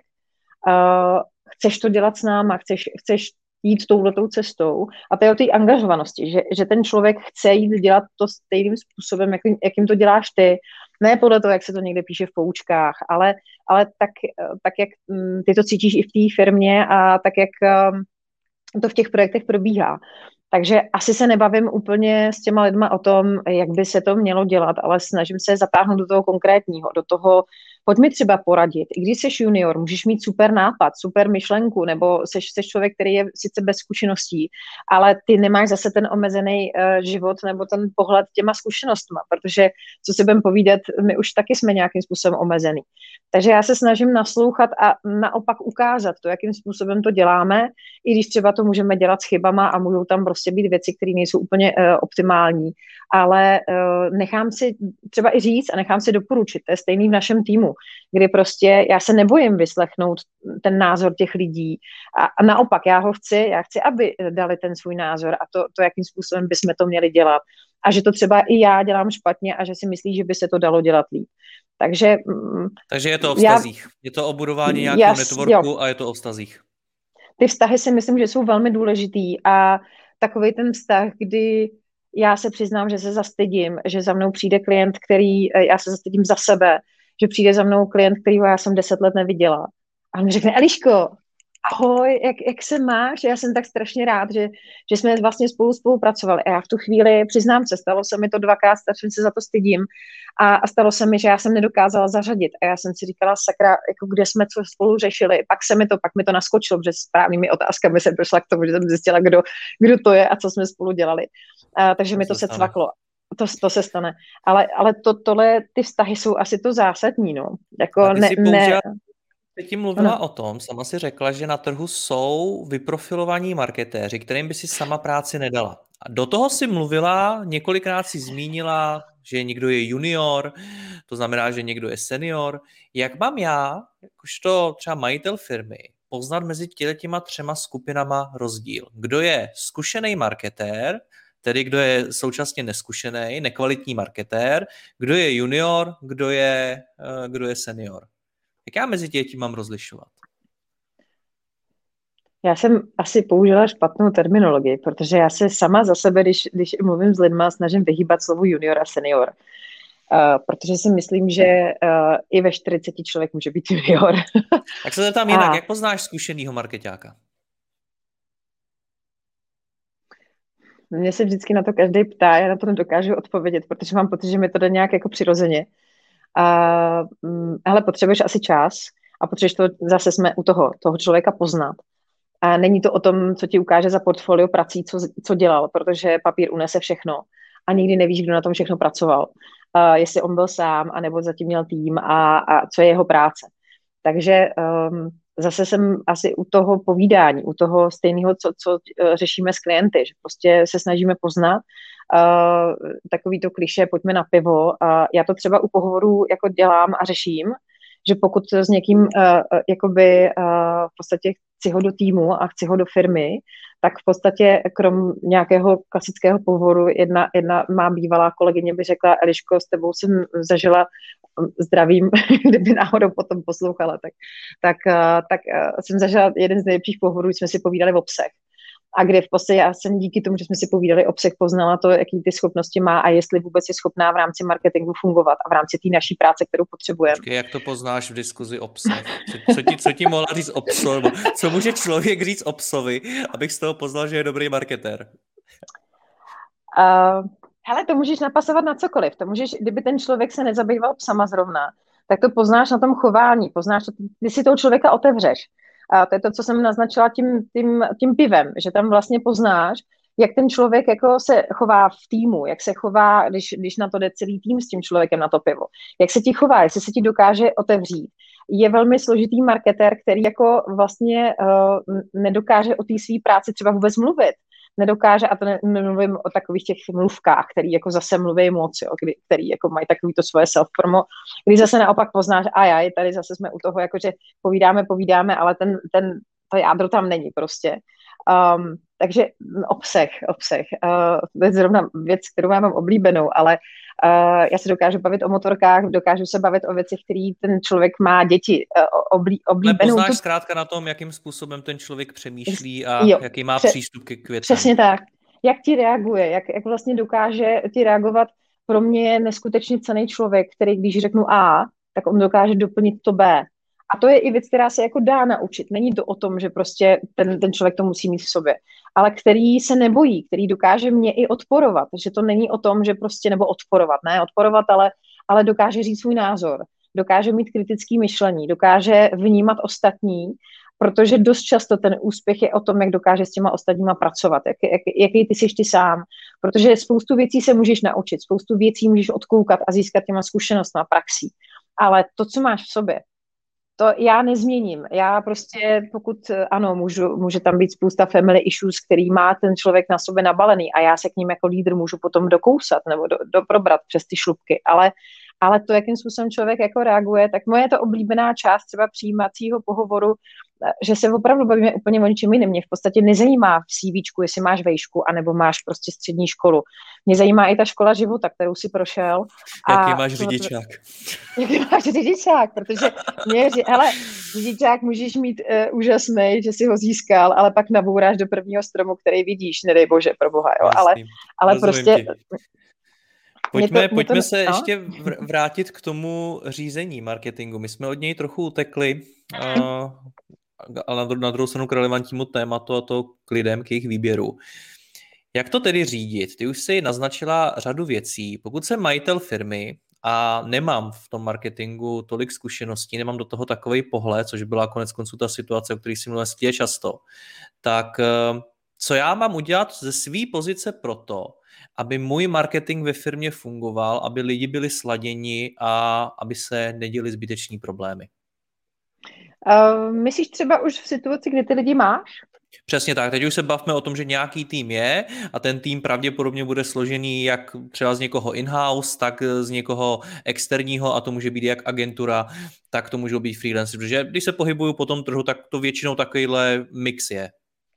Speaker 2: Uh, chceš to dělat s náma, chceš, chceš jít touhletou cestou. A to je o té angažovanosti, že, že ten člověk chce jít dělat to stejným způsobem, jakým, jakým to děláš ty. Ne podle toho, jak se to někde píše v poučkách, ale, ale tak, tak, jak ty to cítíš i v té firmě a tak, jak to v těch projektech probíhá. Takže asi se nebavím úplně s těma lidma o tom, jak by se to mělo dělat, ale snažím se zatáhnout do toho konkrétního, do toho, pojď mi třeba poradit. I když jsi junior, můžeš mít super nápad, super myšlenku, nebo jsi, jsi člověk, který je sice bez zkušeností, ale ty nemáš zase ten omezený uh, život nebo ten pohled těma zkušenostma, protože, co si budeme povídat, my už taky jsme nějakým způsobem omezený. Takže já se snažím naslouchat a naopak ukázat to, jakým způsobem to děláme, i když třeba to můžeme dělat s chybama a můžou tam prostě být věci, které nejsou úplně uh, optimální, ale uh, nechám si třeba i říct a nechám si doporučit, to je stejný v našem týmu, kdy prostě já se nebojím vyslechnout ten názor těch lidí a, a naopak já ho chci, já chci, aby dali ten svůj názor a to, to, jakým způsobem bychom to měli dělat a že to třeba i já dělám špatně a že si myslí, že by se to dalo dělat líp. Takže,
Speaker 3: Takže je to o vztazích. Já, je to o budování nějakého networku a je to o vztazích.
Speaker 2: Ty vztahy si myslím, že jsou velmi důležitý a takový ten vztah, kdy já se přiznám, že se zastydím, že za mnou přijde klient, který, já se zastydím za sebe, že přijde za mnou klient, kterýho já jsem deset let neviděla. A on mi řekne, Eliško, ahoj, jak, jak se máš? Já jsem tak strašně rád, že, že jsme vlastně spolu spolupracovali. A já v tu chvíli, přiznám se, stalo se mi to dvakrát, strašně se za to stydím. A, a stalo se mi, že já jsem nedokázala zařadit. A já jsem si říkala, sakra, jako kde jsme co spolu řešili. Pak se mi to, pak mi to naskočilo, protože správnými otázkami jsem došla k tomu, že jsem zjistila, kdo, kdo to je a co jsme spolu dělali. A, takže to mi to se cvaklo. To, to se stane. Ale, ale to, tohle, ty vztahy jsou asi to zásadní, no. Jako ne, ne...
Speaker 3: Teď tím mluvila no. o tom, sama si řekla, že na trhu jsou vyprofilovaní marketéři, kterým by si sama práci nedala. A do toho si mluvila, několikrát si zmínila, že někdo je junior, to znamená, že někdo je senior. Jak mám já, jakožto třeba majitel firmy, poznat mezi těma třema skupinama rozdíl? Kdo je zkušený marketér, tedy kdo je současně neskušený, nekvalitní marketér, kdo je junior, kdo je, kdo je senior? Jak já mezi tím mám rozlišovat?
Speaker 2: Já jsem asi použila špatnou terminologii, protože já se sama za sebe, když, když mluvím s lidma, snažím vyhýbat slovu junior a senior. Uh, protože si myslím, že uh, i ve čtyřiceti člověk může být junior.
Speaker 3: Tak se zeptám jinak, a... jak poznáš zkušenýho markeťáka?
Speaker 2: Mě se vždycky na to každý ptá, já na to nedokážu odpovědět, protože mám pocit, že mi to jde nějak jako přirozeně. A, hele, potřebuješ asi čas a potřebuješ to, zase jsme u toho, toho člověka poznat. A není to o tom, co ti ukáže za portfolio prací, co, co dělal, protože papír unese všechno a nikdy nevíš, kdo na tom všechno pracoval. A jestli on byl sám, anebo zatím měl tým a, a co je jeho práce. Takže um, zase jsem asi u toho povídání, u toho stejného, co, co řešíme s klienty, že prostě se snažíme poznat uh, takový to klišé, pojďme na pivo. Uh, já to třeba u pohovorů jako dělám a řeším, že pokud s někým uh, jakoby uh, v podstatě chci ho do týmu a chci ho do firmy, tak v podstatě krom nějakého klasického pohovoru jedna, jedna má bývalá kolegyně by řekla, Eliško, s tebou jsem zažila zdravím, kdyby náhodou potom poslouchala, tak, tak, tak jsem zažila jeden z nejlepších pohovorů, jsme si povídali o psech. A kde v podstatě já jsem díky tomu, že jsme si povídali o psech, poznala to, jaký ty schopnosti má a jestli vůbec je schopná v rámci marketingu fungovat a v rámci té naší práce, kterou potřebujeme.
Speaker 3: Počkej, jak to poznáš v diskuzi o psech? Co, co, ti, co ti mohla říct o psovi? Co může člověk říct o psovi, abych z toho poznal, že je dobrý marketér?
Speaker 2: Uh, hele, to můžeš napasovat na cokoliv. To můžeš, kdyby ten člověk se nezabýval psama zrovna, tak to poznáš na tom chování, poznáš to, když si toho člověka otevřeš. A to je to, co jsem naznačila tím, tím, tím pivem, že tam vlastně poznáš, jak ten člověk jako se chová v týmu, jak se chová, když, když na to jde celý tým s tím člověkem na to pivo. Jak se ti chová, jestli se ti dokáže otevřít. Je velmi složitý marketér, který jako vlastně uh, nedokáže o té své práci třeba vůbec mluvit. Nedokáže, a to nemluvím o takových těch mluvkách, který jako zase mluví moc, jo, kdy, který jako mají takový to svoje self-promo, když zase naopak poznáš, a já, tady zase jsme u toho, jakože povídáme, povídáme, ale ten, ten, to jádro tam není prostě. Um, takže obsah, obsah. Uh, to je zrovna věc, kterou já mám oblíbenou, ale uh, já se dokážu bavit o motorkách, dokážu se bavit o věcech, který ten člověk má děti uh, oblí, oblíbenou.
Speaker 3: Poznáš
Speaker 2: tu...
Speaker 3: zkrátka na tom, jakým způsobem ten člověk přemýšlí a
Speaker 2: jo,
Speaker 3: jaký má
Speaker 2: pře-
Speaker 3: přístup k věcem.
Speaker 2: Přesně tak. Jak ti reaguje, jak, jak vlastně dokáže ti reagovat. Pro mě je neskutečně cenný člověk, který když řeknu A, tak on dokáže doplnit to B. A to je i věc, která se jako dá naučit. Není to o tom, že prostě ten, ten člověk to musí mít v sobě, ale který se nebojí, který dokáže mě i odporovat. Že to není o tom, že prostě, nebo odporovat, ne odporovat, ale, ale dokáže říct svůj názor. Dokáže mít kritické myšlení, dokáže vnímat ostatní, protože dost často ten úspěch je o tom, jak dokáže s těma ostatníma pracovat, jak, jak, jaký ty jsi ty sám. Protože spoustu věcí se můžeš naučit, spoustu věcí můžeš odkoukat a získat těma zkušenostmi a praxí. Ale to, co máš v sobě, to já nezměním. Já prostě, pokud ano, můžu, může tam být spousta family issues, který má ten člověk na sobě nabalený a já se k ním jako lídr můžu potom dokousat nebo do, doprobrat přes ty šlupky, ale ale to, jakým způsobem člověk jako reaguje, tak moje je to oblíbená část třeba přijímacího pohovoru, že se opravdu bavíme úplně o ničem jiném. Mě v podstatě nezajímá v CVčku, jestli máš vejšku, anebo máš prostě střední školu. Mě zajímá i ta škola života, kterou si prošel.
Speaker 3: Jaký a máš řidičák?
Speaker 2: Jaký máš řidičák, protože mě, hele, řidičák můžeš mít uh, úžasný, že si ho získal, ale pak nabouráš do prvního stromu, který vidíš, nedej bože, pro boha, jo. Ale, ale prostě... Ti.
Speaker 3: Pojďme, to, pojďme to, se no? ještě vrátit k tomu řízení marketingu. My jsme od něj trochu utekli, uh, ale na, na druhou stranu k relevantnímu tématu a to k lidem, k jejich výběru. Jak to tedy řídit? Ty už si naznačila řadu věcí. Pokud jsem majitel firmy a nemám v tom marketingu tolik zkušeností, nemám do toho takovej pohled, což byla konec konců ta situace, o které si mluvila často, tak uh, co já mám udělat ze své pozice proto, aby můj marketing ve firmě fungoval, aby lidi byli sladěni a aby se neděli zbyteční problémy?
Speaker 2: Uh, myslíš třeba už v situaci, kdy ty lidi máš?
Speaker 3: Přesně tak. Teď už se bavme o tom, že nějaký tým je a ten tým pravděpodobně bude složený jak třeba z někoho in-house, tak z někoho externího a to může být jak agentura, tak to můžou být freelancers. Protože když se pohybuju po tom trhu, tak to většinou takovýhle mix je.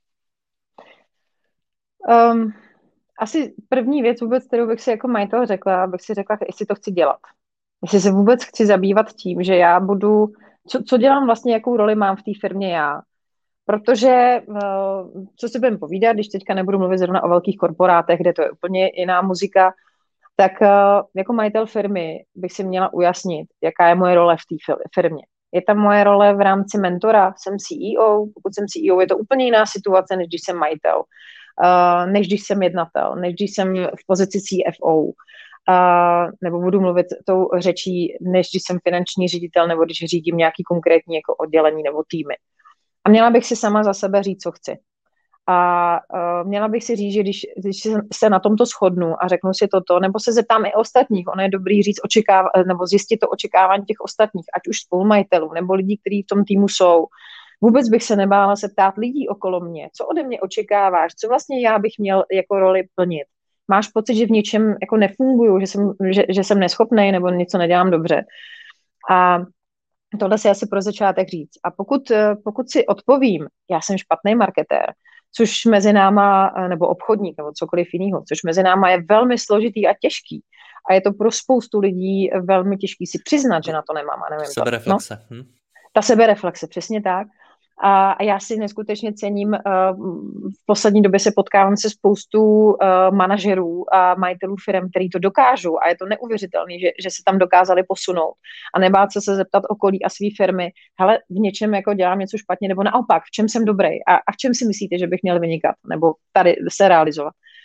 Speaker 2: Um... Asi první věc vůbec, kterou bych si jako majitel řekla, bych si řekla, jestli to chci dělat. Jestli se vůbec chci zabývat tím, že já budu, co, co dělám vlastně, jakou roli mám v té firmě já. Protože, co si budeme povídat, když teďka nebudu mluvit zrovna o velkých korporátech, kde to je úplně jiná muzika, tak jako majitel firmy bych si měla ujasnit, jaká je moje role v té firmě. Je tam moje role v rámci mentora, jsem C E O, pokud jsem C E O, je to úplně jiná situace, než když jsem majitel. Uh, než když jsem jednatel, než když jsem v pozici C F O, uh, nebo budu mluvit tou řečí, než když jsem finanční ředitel, nebo když řídím nějaký konkrétní jako oddělení nebo týmy. A měla bych si sama za sebe říct, co chci. A uh, měla bych si říct, že když, když se na tomto shodnu a řeknu si toto, nebo se zeptám i ostatních, ono je dobrý říct očekáva, nebo zjistit to očekávání těch ostatních, ať už spolumajitelů, nebo lidí, kteří v tom týmu jsou. Vůbec bych se nebála se ptát lidí okolo mě, co ode mě očekáváš, co vlastně já bych měl jako roli plnit. Máš pocit, že v něčem jako nefunguju, že jsem, že, že jsem neschopnej nebo něco nedělám dobře. A tohle si asi pro začátek říct. A pokud, pokud si odpovím, já jsem špatný marketér, což mezi náma, nebo obchodník, nebo cokoliv jiného, což mezi náma je velmi složitý a těžký. A je to pro spoustu lidí velmi těžký si přiznat, že na to nemám. A nevím,
Speaker 3: sebereflexe.
Speaker 2: To, no?
Speaker 3: hm?
Speaker 2: Ta sebereflexe, přesně tak. A já si neskutečně cením, v poslední době se potkávám se spoustu manažerů a majitelů firm, který to dokážou a je to neuvěřitelné, že, že se tam dokázali posunout a nebát se se zeptat okolí a svý firmy, hele, v něčem jako dělám něco špatně, nebo naopak, v čem jsem dobrý a, a v čem si myslíte, že bych měl vynikat, nebo tady se realizovat.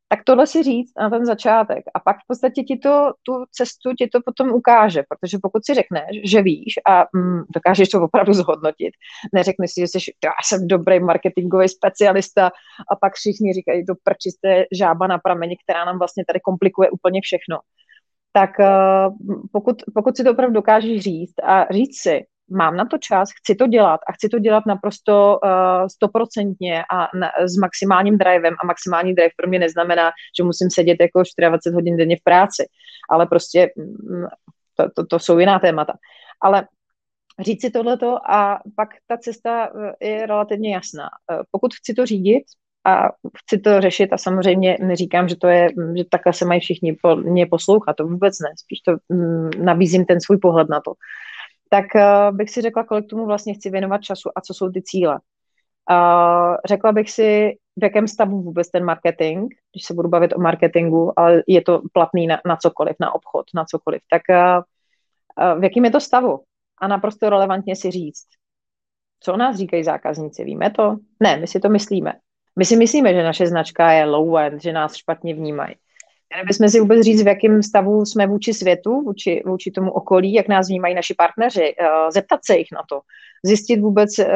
Speaker 2: tak tohle si říct na ten začátek a pak v podstatě ti to, tu cestu ti to potom ukáže, protože pokud si řekneš, že víš a mm, dokážeš to opravdu zhodnotit, neřekneš si, že jsi, já jsem dobrý marketingový specialista a pak všichni říkají, to prči, jste žába na prameni, která nám vlastně tady komplikuje úplně všechno. Tak uh, pokud, pokud si to opravdu dokážeš říct a říct si, mám na to čas, chci to dělat a chci to dělat naprosto stoprocentně uh, a na, s maximálním drivem a maximální drive pro mě neznamená, že musím sedět jako dvacet čtyři hodin denně v práci, ale prostě to, to, to jsou jiná témata. Ale říct si tohleto a pak ta cesta je relativně jasná. Pokud chci to řídit a chci to řešit a samozřejmě neříkám, že to je, že takhle se mají všichni po, mě poslouchat, to vůbec ne, spíš to mm, nabízím ten svůj pohled na to. Tak uh, bych si řekla, kolik tomu vlastně chci věnovat času a co jsou ty cíle. Uh, řekla bych si, v jakém stavu vůbec ten marketing, když se budu bavit o marketingu, ale je to platný na, na cokoliv, na obchod, na cokoliv, tak uh, uh, v jakém je to stavu? A naprosto relevantně si říct, co o nás říkají zákazníci, víme to? Ne, my si to myslíme. My si myslíme, že naše značka je low-end, že nás špatně vnímají. Měli bychom si vůbec říct, v jakém stavu jsme vůči světu, vůči, vůči tomu okolí, jak nás vnímají naši partneři, uh, zeptat se jich na to, zjistit vůbec, uh,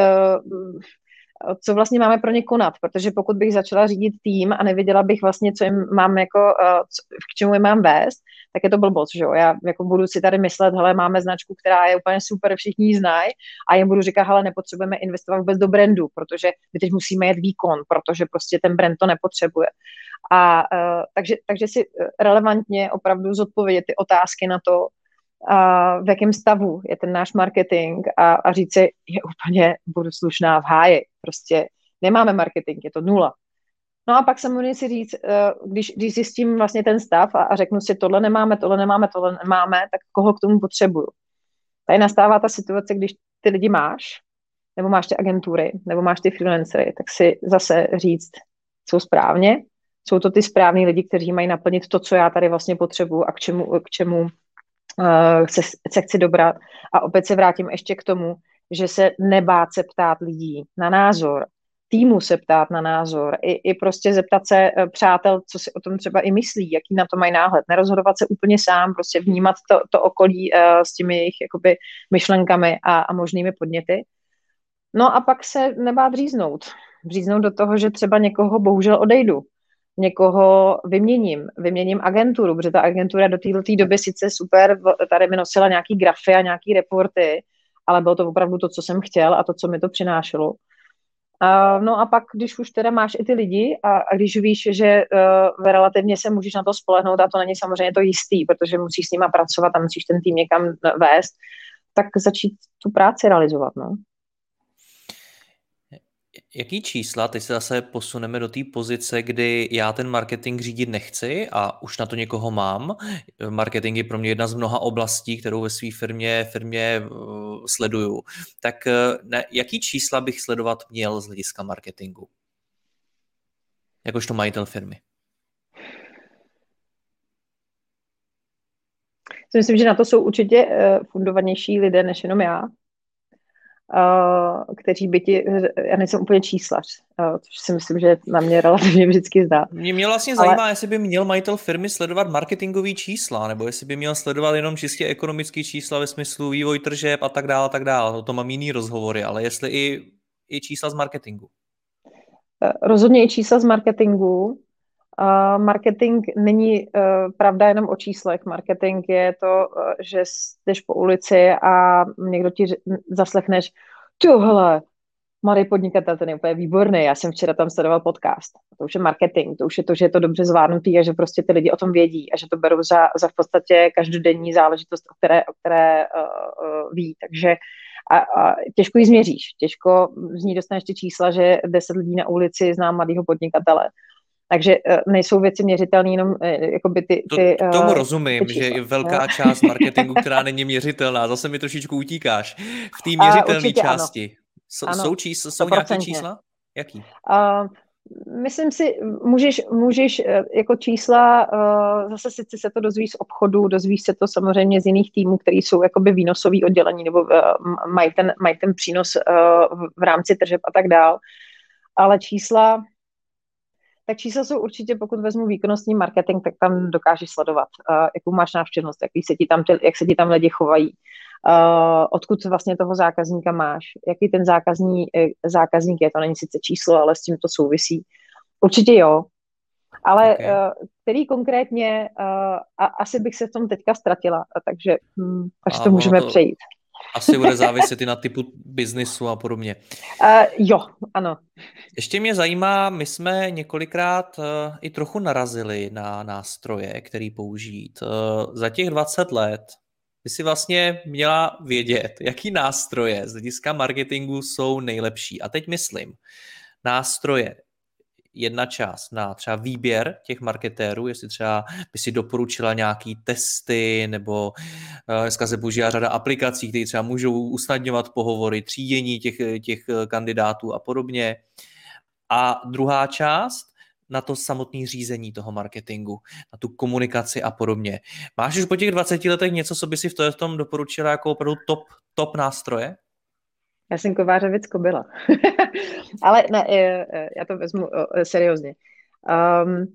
Speaker 2: co vlastně máme pro ně konat, protože pokud bych začala řídit tým a nevěděla bych vlastně, co jim mám jako, uh, co, k čemu jim mám vést, tak je to blbost, že jo. Já jako budu si tady myslet, hele, máme značku, která je úplně super, všichni ji znají a jim budu říkat, hele, nepotřebujeme investovat vůbec do brandu, protože my teď musíme jet výkon, protože prostě ten brand to nepotřebuje. A uh, takže, takže si relevantně opravdu zodpovědět ty otázky na to, uh, v jakém stavu je ten náš marketing a, a říct si, je úplně, budu slušná v háji, prostě nemáme marketing, je to nula. No a pak samozřejmě si říct, uh, když, když zjistím vlastně ten stav a, a řeknu si, tohle nemáme, tohle nemáme, tohle nemáme, tak koho k tomu potřebuju. Tady nastává ta situace, když ty lidi máš, nebo máš ty agentury, nebo máš ty freelancery, tak si zase říct, jsou správně, jsou to ty správní lidi, kteří mají naplnit to, co já tady vlastně potřebuju a k čemu, k čemu uh, se, se chci dobrat. A opět se vrátím ještě k tomu, že se nebát se ptát lidí na názor, týmu se ptát na názor, i, i prostě zeptat se uh, přátel, co si o tom třeba i myslí, jaký na to mají náhled, nerozhodovat se úplně sám, prostě vnímat to, to okolí uh, s těmi jejich jakoby myšlenkami a, a možnými podněty. No a pak se nebát říznout. Říznout do toho, že třeba někoho bohužel odejdu. Někoho vyměním, vyměním agenturu, protože ta agentura do této doby sice super, tady mi nosila nějaký grafy a nějaký reporty, ale bylo to opravdu to, co jsem chtěl a to, co mi to přinášelo. Uh, no a pak, když už teda máš i ty lidi a, a když víš, že uh, relativně se můžeš na to spolehnout a to není samozřejmě to jistý, protože musíš s nima pracovat a musíš ten tým někam vést, tak začít tu práci realizovat, no.
Speaker 3: Jaký čísla, teď se zase posuneme do té pozice, kdy já ten marketing řídit nechci a už na to někoho mám. Marketing je pro mě jedna z mnoha oblastí, kterou ve své firmě, firmě uh, sleduju. Tak ne, jaký čísla bych sledovat měl z hlediska marketingu? Jakožto majitel firmy.
Speaker 2: Myslím, že na to jsou určitě uh, fundovanější lidé než jenom já. Uh, kteří by ti, já nejsem úplně číslař, uh, což si myslím, že na mě relativně vždycky zdá.
Speaker 3: Mě, mě vlastně ale... zajímá, jestli by měl majitel firmy sledovat marketingový čísla, nebo jestli by měl sledovat jenom čistě ekonomický čísla ve smyslu vývoj tržeb a tak dále, tak dále. O tom mám jiný rozhovory, ale jestli i, i čísla z marketingu.
Speaker 2: Uh, rozhodně i čísla z marketingu. Uh, marketing není uh, pravda jenom o číslech. Marketing je to, uh, že jdeš po ulici a někdo ti zaslechneš, tohle, mladý podnikatel, ten je úplně výborný, já jsem včera tam sledoval podcast. To už je marketing, to už je to, že je to dobře zvládnutý a že prostě ty lidi o tom vědí a že to berou za, za v podstatě každodenní záležitost, o které, o které uh, uh, ví. Takže a, a těžko ji změříš. Těžko z ní dostaneš ty čísla, že deset lidí na ulici zná mladýho podnikatele. Takže nejsou věci měřitelné, jenom jakoby ty, ty
Speaker 3: to, Tomu rozumím, ty že je velká část marketingu, která není měřitelná. Zase mi trošičku utíkáš. V té měřitelné části. Ano. Jsou, čísla, jsou nějaké čísla? Jaký?
Speaker 2: Uh, myslím si, můžeš, můžeš jako čísla, uh, zase sice se to dozvíš z obchodu, dozvíš se to samozřejmě z jiných týmů, který jsou jakoby výnosový oddělení nebo uh, mají, ten, mají ten přínos uh, v rámci tržeb a tak dál. Ale čísla tak čísla jsou určitě, pokud vezmu výkonnostní marketing, tak tam dokážeš sledovat, uh, jakou máš návštěvnost, jaký se ti tam, jak se ti tam lidi chovají, uh, odkud vlastně toho zákazníka máš, jaký ten zákazní, zákazník je, to není sice číslo, ale s tím to souvisí. Určitě jo, ale okay. uh, který konkrétně, uh, a asi bych se v tom teďka ztratila, takže hm, až a to můžeme to... přejít.
Speaker 3: Asi bude záviset i na typu biznisu a podobně.
Speaker 2: Uh, jo, ano.
Speaker 3: Ještě mě zajímá, my jsme několikrát uh, i trochu narazili na nástroje, který použít. Uh, za těch dvacet let ty si vlastně měla vědět, jaký nástroje z hlediska marketingu jsou nejlepší. A teď myslím, nástroje, jedna část na třeba výběr těch marketérů, jestli třeba by si doporučila nějaký testy, nebo dneska se používá řada aplikací, které třeba můžou usnadňovat pohovory, třídění těch, těch kandidátů a podobně. A druhá část na to samotné řízení toho marketingu, na tu komunikaci a podobně. Máš už po těch dvaceti letech něco, co by si v tom doporučila jako opravdu top, top nástroje?
Speaker 2: Já jsem kovářovic kobila. Ale ne, já to vezmu seriózně. Um,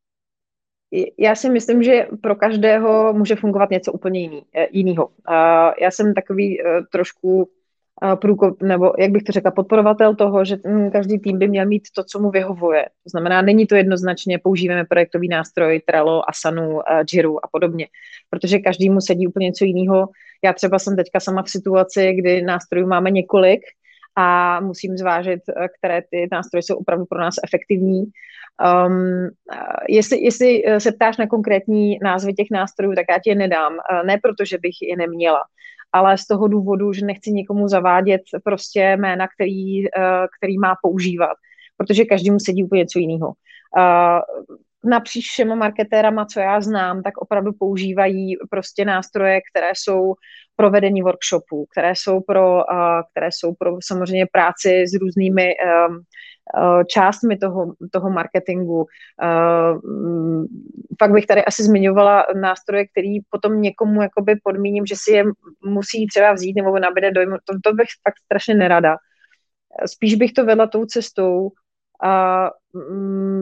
Speaker 2: já si myslím, že pro každého může fungovat něco úplně jiný, jinýho. Uh, já jsem takový uh, trošku uh, průkop, nebo jak bych to řekla, podporovatel toho, že um, každý tým by měl mít to, co mu vyhovuje. To znamená, není to jednoznačně, používáme projektový nástroj, Trello, Asanu, uh, Jiru a podobně, protože každému sedí úplně něco jiného. Já třeba jsem teďka sama v situaci, kdy nástrojů máme několik a musím zvážit, které ty nástroje jsou opravdu pro nás efektivní. Um, jestli, jestli se ptáš na konkrétní názvy těch nástrojů, tak já ti je nedám. Ne proto, že bych je neměla, ale z toho důvodu, že nechci nikomu zavádět prostě jména, který, který má používat, protože každému sedí úplně něco jiného. Napříč všema marketérama, co já znám, tak opravdu používají prostě nástroje, které jsou pro vedení workshopů, které jsou pro, uh, které jsou pro samozřejmě práci s různými um, uh, částmi toho, toho marketingu. Uh, um, fakt bych tady asi zmiňovala nástroje, který potom někomu jakoby podmíním, že si je musí třeba vzít nebo nabíde dojmu. To, to bych fakt strašně nerada. Spíš bych to vedla tou cestou a um,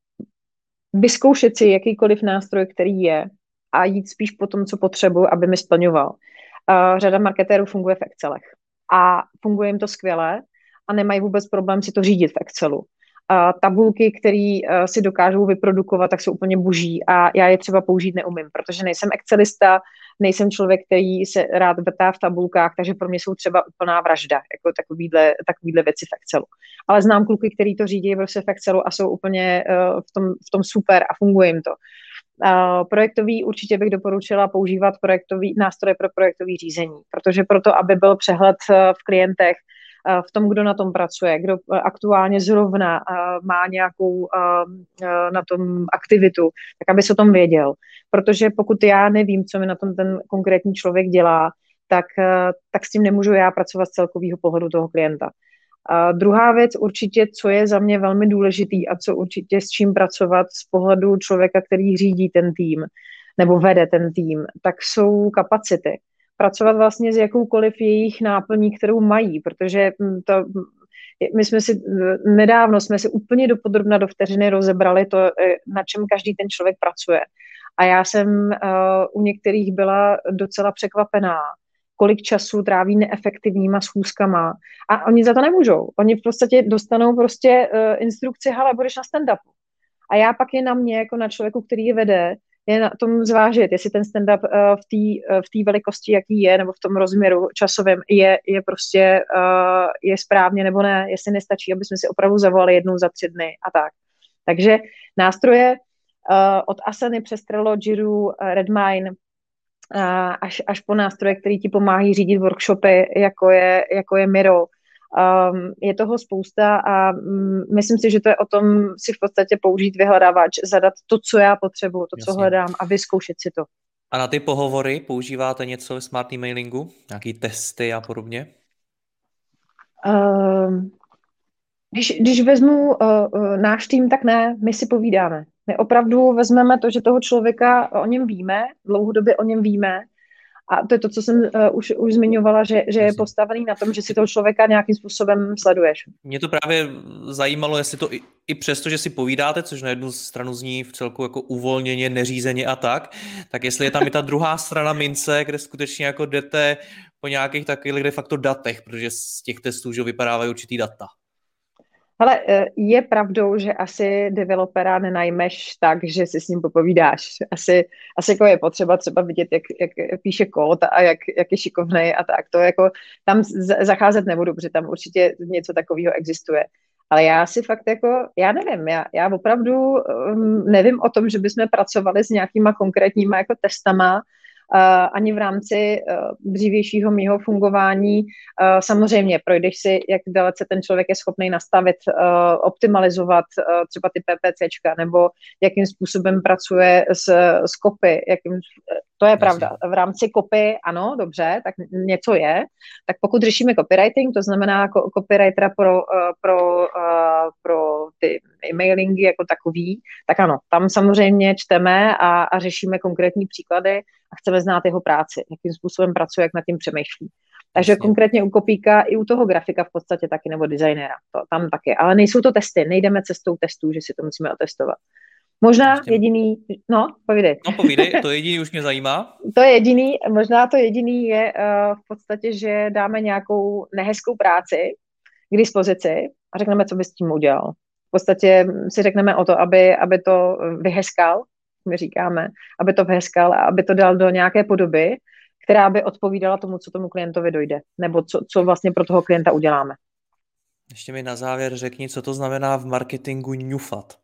Speaker 2: vyzkoušet si jakýkoliv nástroj, který je a jít spíš po tom, co potřebuji, aby mi splňoval. Uh, řada marketérů funguje v Excelech a funguje jim to skvěle a nemají vůbec problém si to řídit v Excelu. Uh, tabulky, které uh, si dokážou vyprodukovat, tak jsou úplně boží a já je třeba použít neumím, protože nejsem Excelista, nejsem člověk, který se rád vrtá v tabulkách, takže pro mě jsou třeba úplná vražda, jako takovýhle, takovýhle věci v Excelu. Ale znám kluky, který to řídí prostě v Excelu a jsou úplně uh, v, tom, v tom super a funguje jim to. Uh, projektový určitě bych doporučila používat projektový nástroje pro projektový řízení, protože proto, aby byl přehled uh, v klientech, uh, v tom, kdo na tom pracuje, kdo uh, aktuálně zrovna uh, má nějakou uh, uh, na tom aktivitu, tak aby se o tom věděl. Protože pokud já nevím, co mi na tom ten konkrétní člověk dělá, tak, uh, tak s tím nemůžu já pracovat z celkového pohledu toho klienta. A druhá věc určitě, co je za mě velmi důležitý a co určitě s čím pracovat z pohledu člověka, který řídí ten tým nebo vede ten tým, tak jsou kapacity. Pracovat vlastně s jakoukoliv jejich náplní, kterou mají, protože to, my jsme si nedávno jsme si úplně dopodrobna do vteřiny rozebrali to, na čem každý ten člověk pracuje. A já jsem uh, u některých byla docela překvapená, kolik času tráví neefektivníma schůzkama a oni za to nemůžou. Oni v podstatě dostanou prostě uh, instrukci, hele, budeš na stand-upu. A já pak je na mě, jako na člověku, který je vede, je na tom zvážit, jestli ten stand-up uh, v té uh, v té velikosti, jaký je, nebo v tom rozměru časovém, je, je prostě uh, je správně nebo ne, jestli nestačí, aby jsme si opravdu zavolali jednou za tři dny a tak. Takže nástroje uh, od Asany přes Trello, Jiru, uh, Redmine, Až, až po nástroje, které ti pomáhají řídit workshopy, jako je, jako je Miro. Um, je toho spousta a um, myslím si, že to je o tom si v podstatě použít vyhledávač, zadat to, co já potřebuju, to, Jasně. co hledám a vyzkoušet si to.
Speaker 3: A na ty pohovory používáte něco ve smart emailingu? Nějaký testy a podobně?
Speaker 2: Um, když, když vezmu uh, uh, náš tým, tak ne, my si povídáme. My opravdu vezmeme to, že toho člověka o něm víme, dlouhodobě o něm víme A to je to, co jsem uh, už, už zmiňovala, že, že je postavený na tom, že si toho člověka nějakým způsobem sleduješ.
Speaker 3: Mě to právě zajímalo, jestli to i, i přesto, že si povídáte, což na jednu stranu zní v celku jako uvolněně, neřízeně a tak, tak jestli je tam i ta druhá strana mince, kde skutečně jako jdete po nějakých takových de facto datech, protože z těch testů že vypadávají určitý data.
Speaker 2: Hele, je pravdou, že asi developera nenajmeš tak, že si s ním popovídáš. Asi, asi jako je potřeba třeba vidět, jak, jak píše kód a jak, jak je šikovnej a tak. To jako tam zacházet nebudu, protože tam určitě něco takového existuje. Ale já si fakt jako, já nevím, já, já opravdu um, nevím o tom, že bychom pracovali s nějakýma konkrétníma jako testama, Uh, ani v rámci uh, dřívějšího mýho fungování. Uh, samozřejmě projdeš si, jak dalece ten člověk je schopný nastavit, uh, optimalizovat uh, třeba ty PPCčka, nebo jakým způsobem pracuje s, s copy. Jakým, to je pravda. V rámci copy, ano, dobře, tak něco je. Tak pokud řešíme copywriting, to znamená co- copywritera pro, uh, pro, uh, pro ty e-mailingy jako takový, tak ano, tam samozřejmě čteme a, a řešíme konkrétní příklady a chceme znát jeho práci, jakým způsobem pracuje, jak nad tím přemýšlí. Takže Jasně. konkrétně u kopíka i u toho grafika v podstatě taky, nebo designéra, to tam taky. Ale nejsou to testy, nejdeme cestou testů, že si to musíme otestovat. Možná Jasně. jediný, no, povídej.
Speaker 3: No, povídej, to jediný už mě zajímá.
Speaker 2: To je jediný, možná to jediný je uh, v podstatě, že dáme nějakou nehezkou práci k dispozici a řekneme, co bys s tím udělal. V podstatě si řekneme o to, aby, aby to vyhezkal, my říkáme, aby to vyhezkal a aby to dal do nějaké podoby, která by odpovídala tomu, co tomu klientovi dojde, nebo co, co vlastně pro toho klienta uděláme.
Speaker 3: Ještě mi na závěr řekni, co to znamená v marketingu ňufat.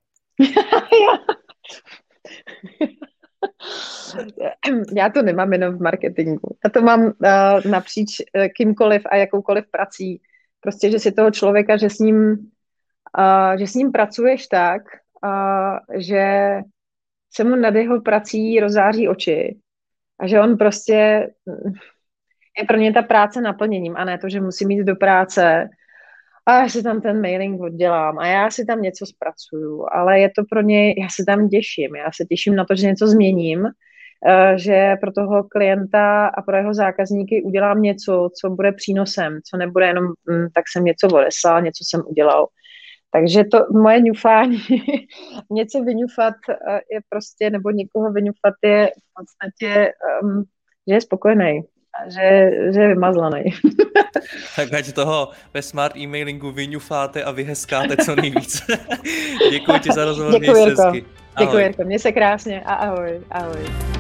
Speaker 2: Já to nemám jenom v marketingu. Já to mám uh, napříč uh, kýmkoliv a jakoukoliv prací. Prostě, že si toho člověka, že s ním, uh, že s ním pracuješ tak, uh, že se mu nad jeho prací rozzáří oči a že on prostě je pro ně ta práce naplněním a ne to, že musí mít do práce a já si tam ten mailing oddělám a já si tam něco zpracuju, ale je to pro ně, já se tam těším, já se těším na to, že něco změním, že pro toho klienta a pro jeho zákazníky udělám něco, co bude přínosem, co nebude jenom, hm, tak jsem něco odeslal, něco jsem udělal. Takže to moje ňufání, něco vyňufat je prostě, nebo někoho vyňufat je v podstatě, um, že je spokojený a že, že je vymazlaný.
Speaker 3: Tak ať toho ve smart e-mailingu vyňufáte a vyhezkáte co nejvíc. Děkuji ti za rozhovor.
Speaker 2: Děkuji, Jirko. Děkuji, Jirko. Měj se krásně a ahoj. Ahoj.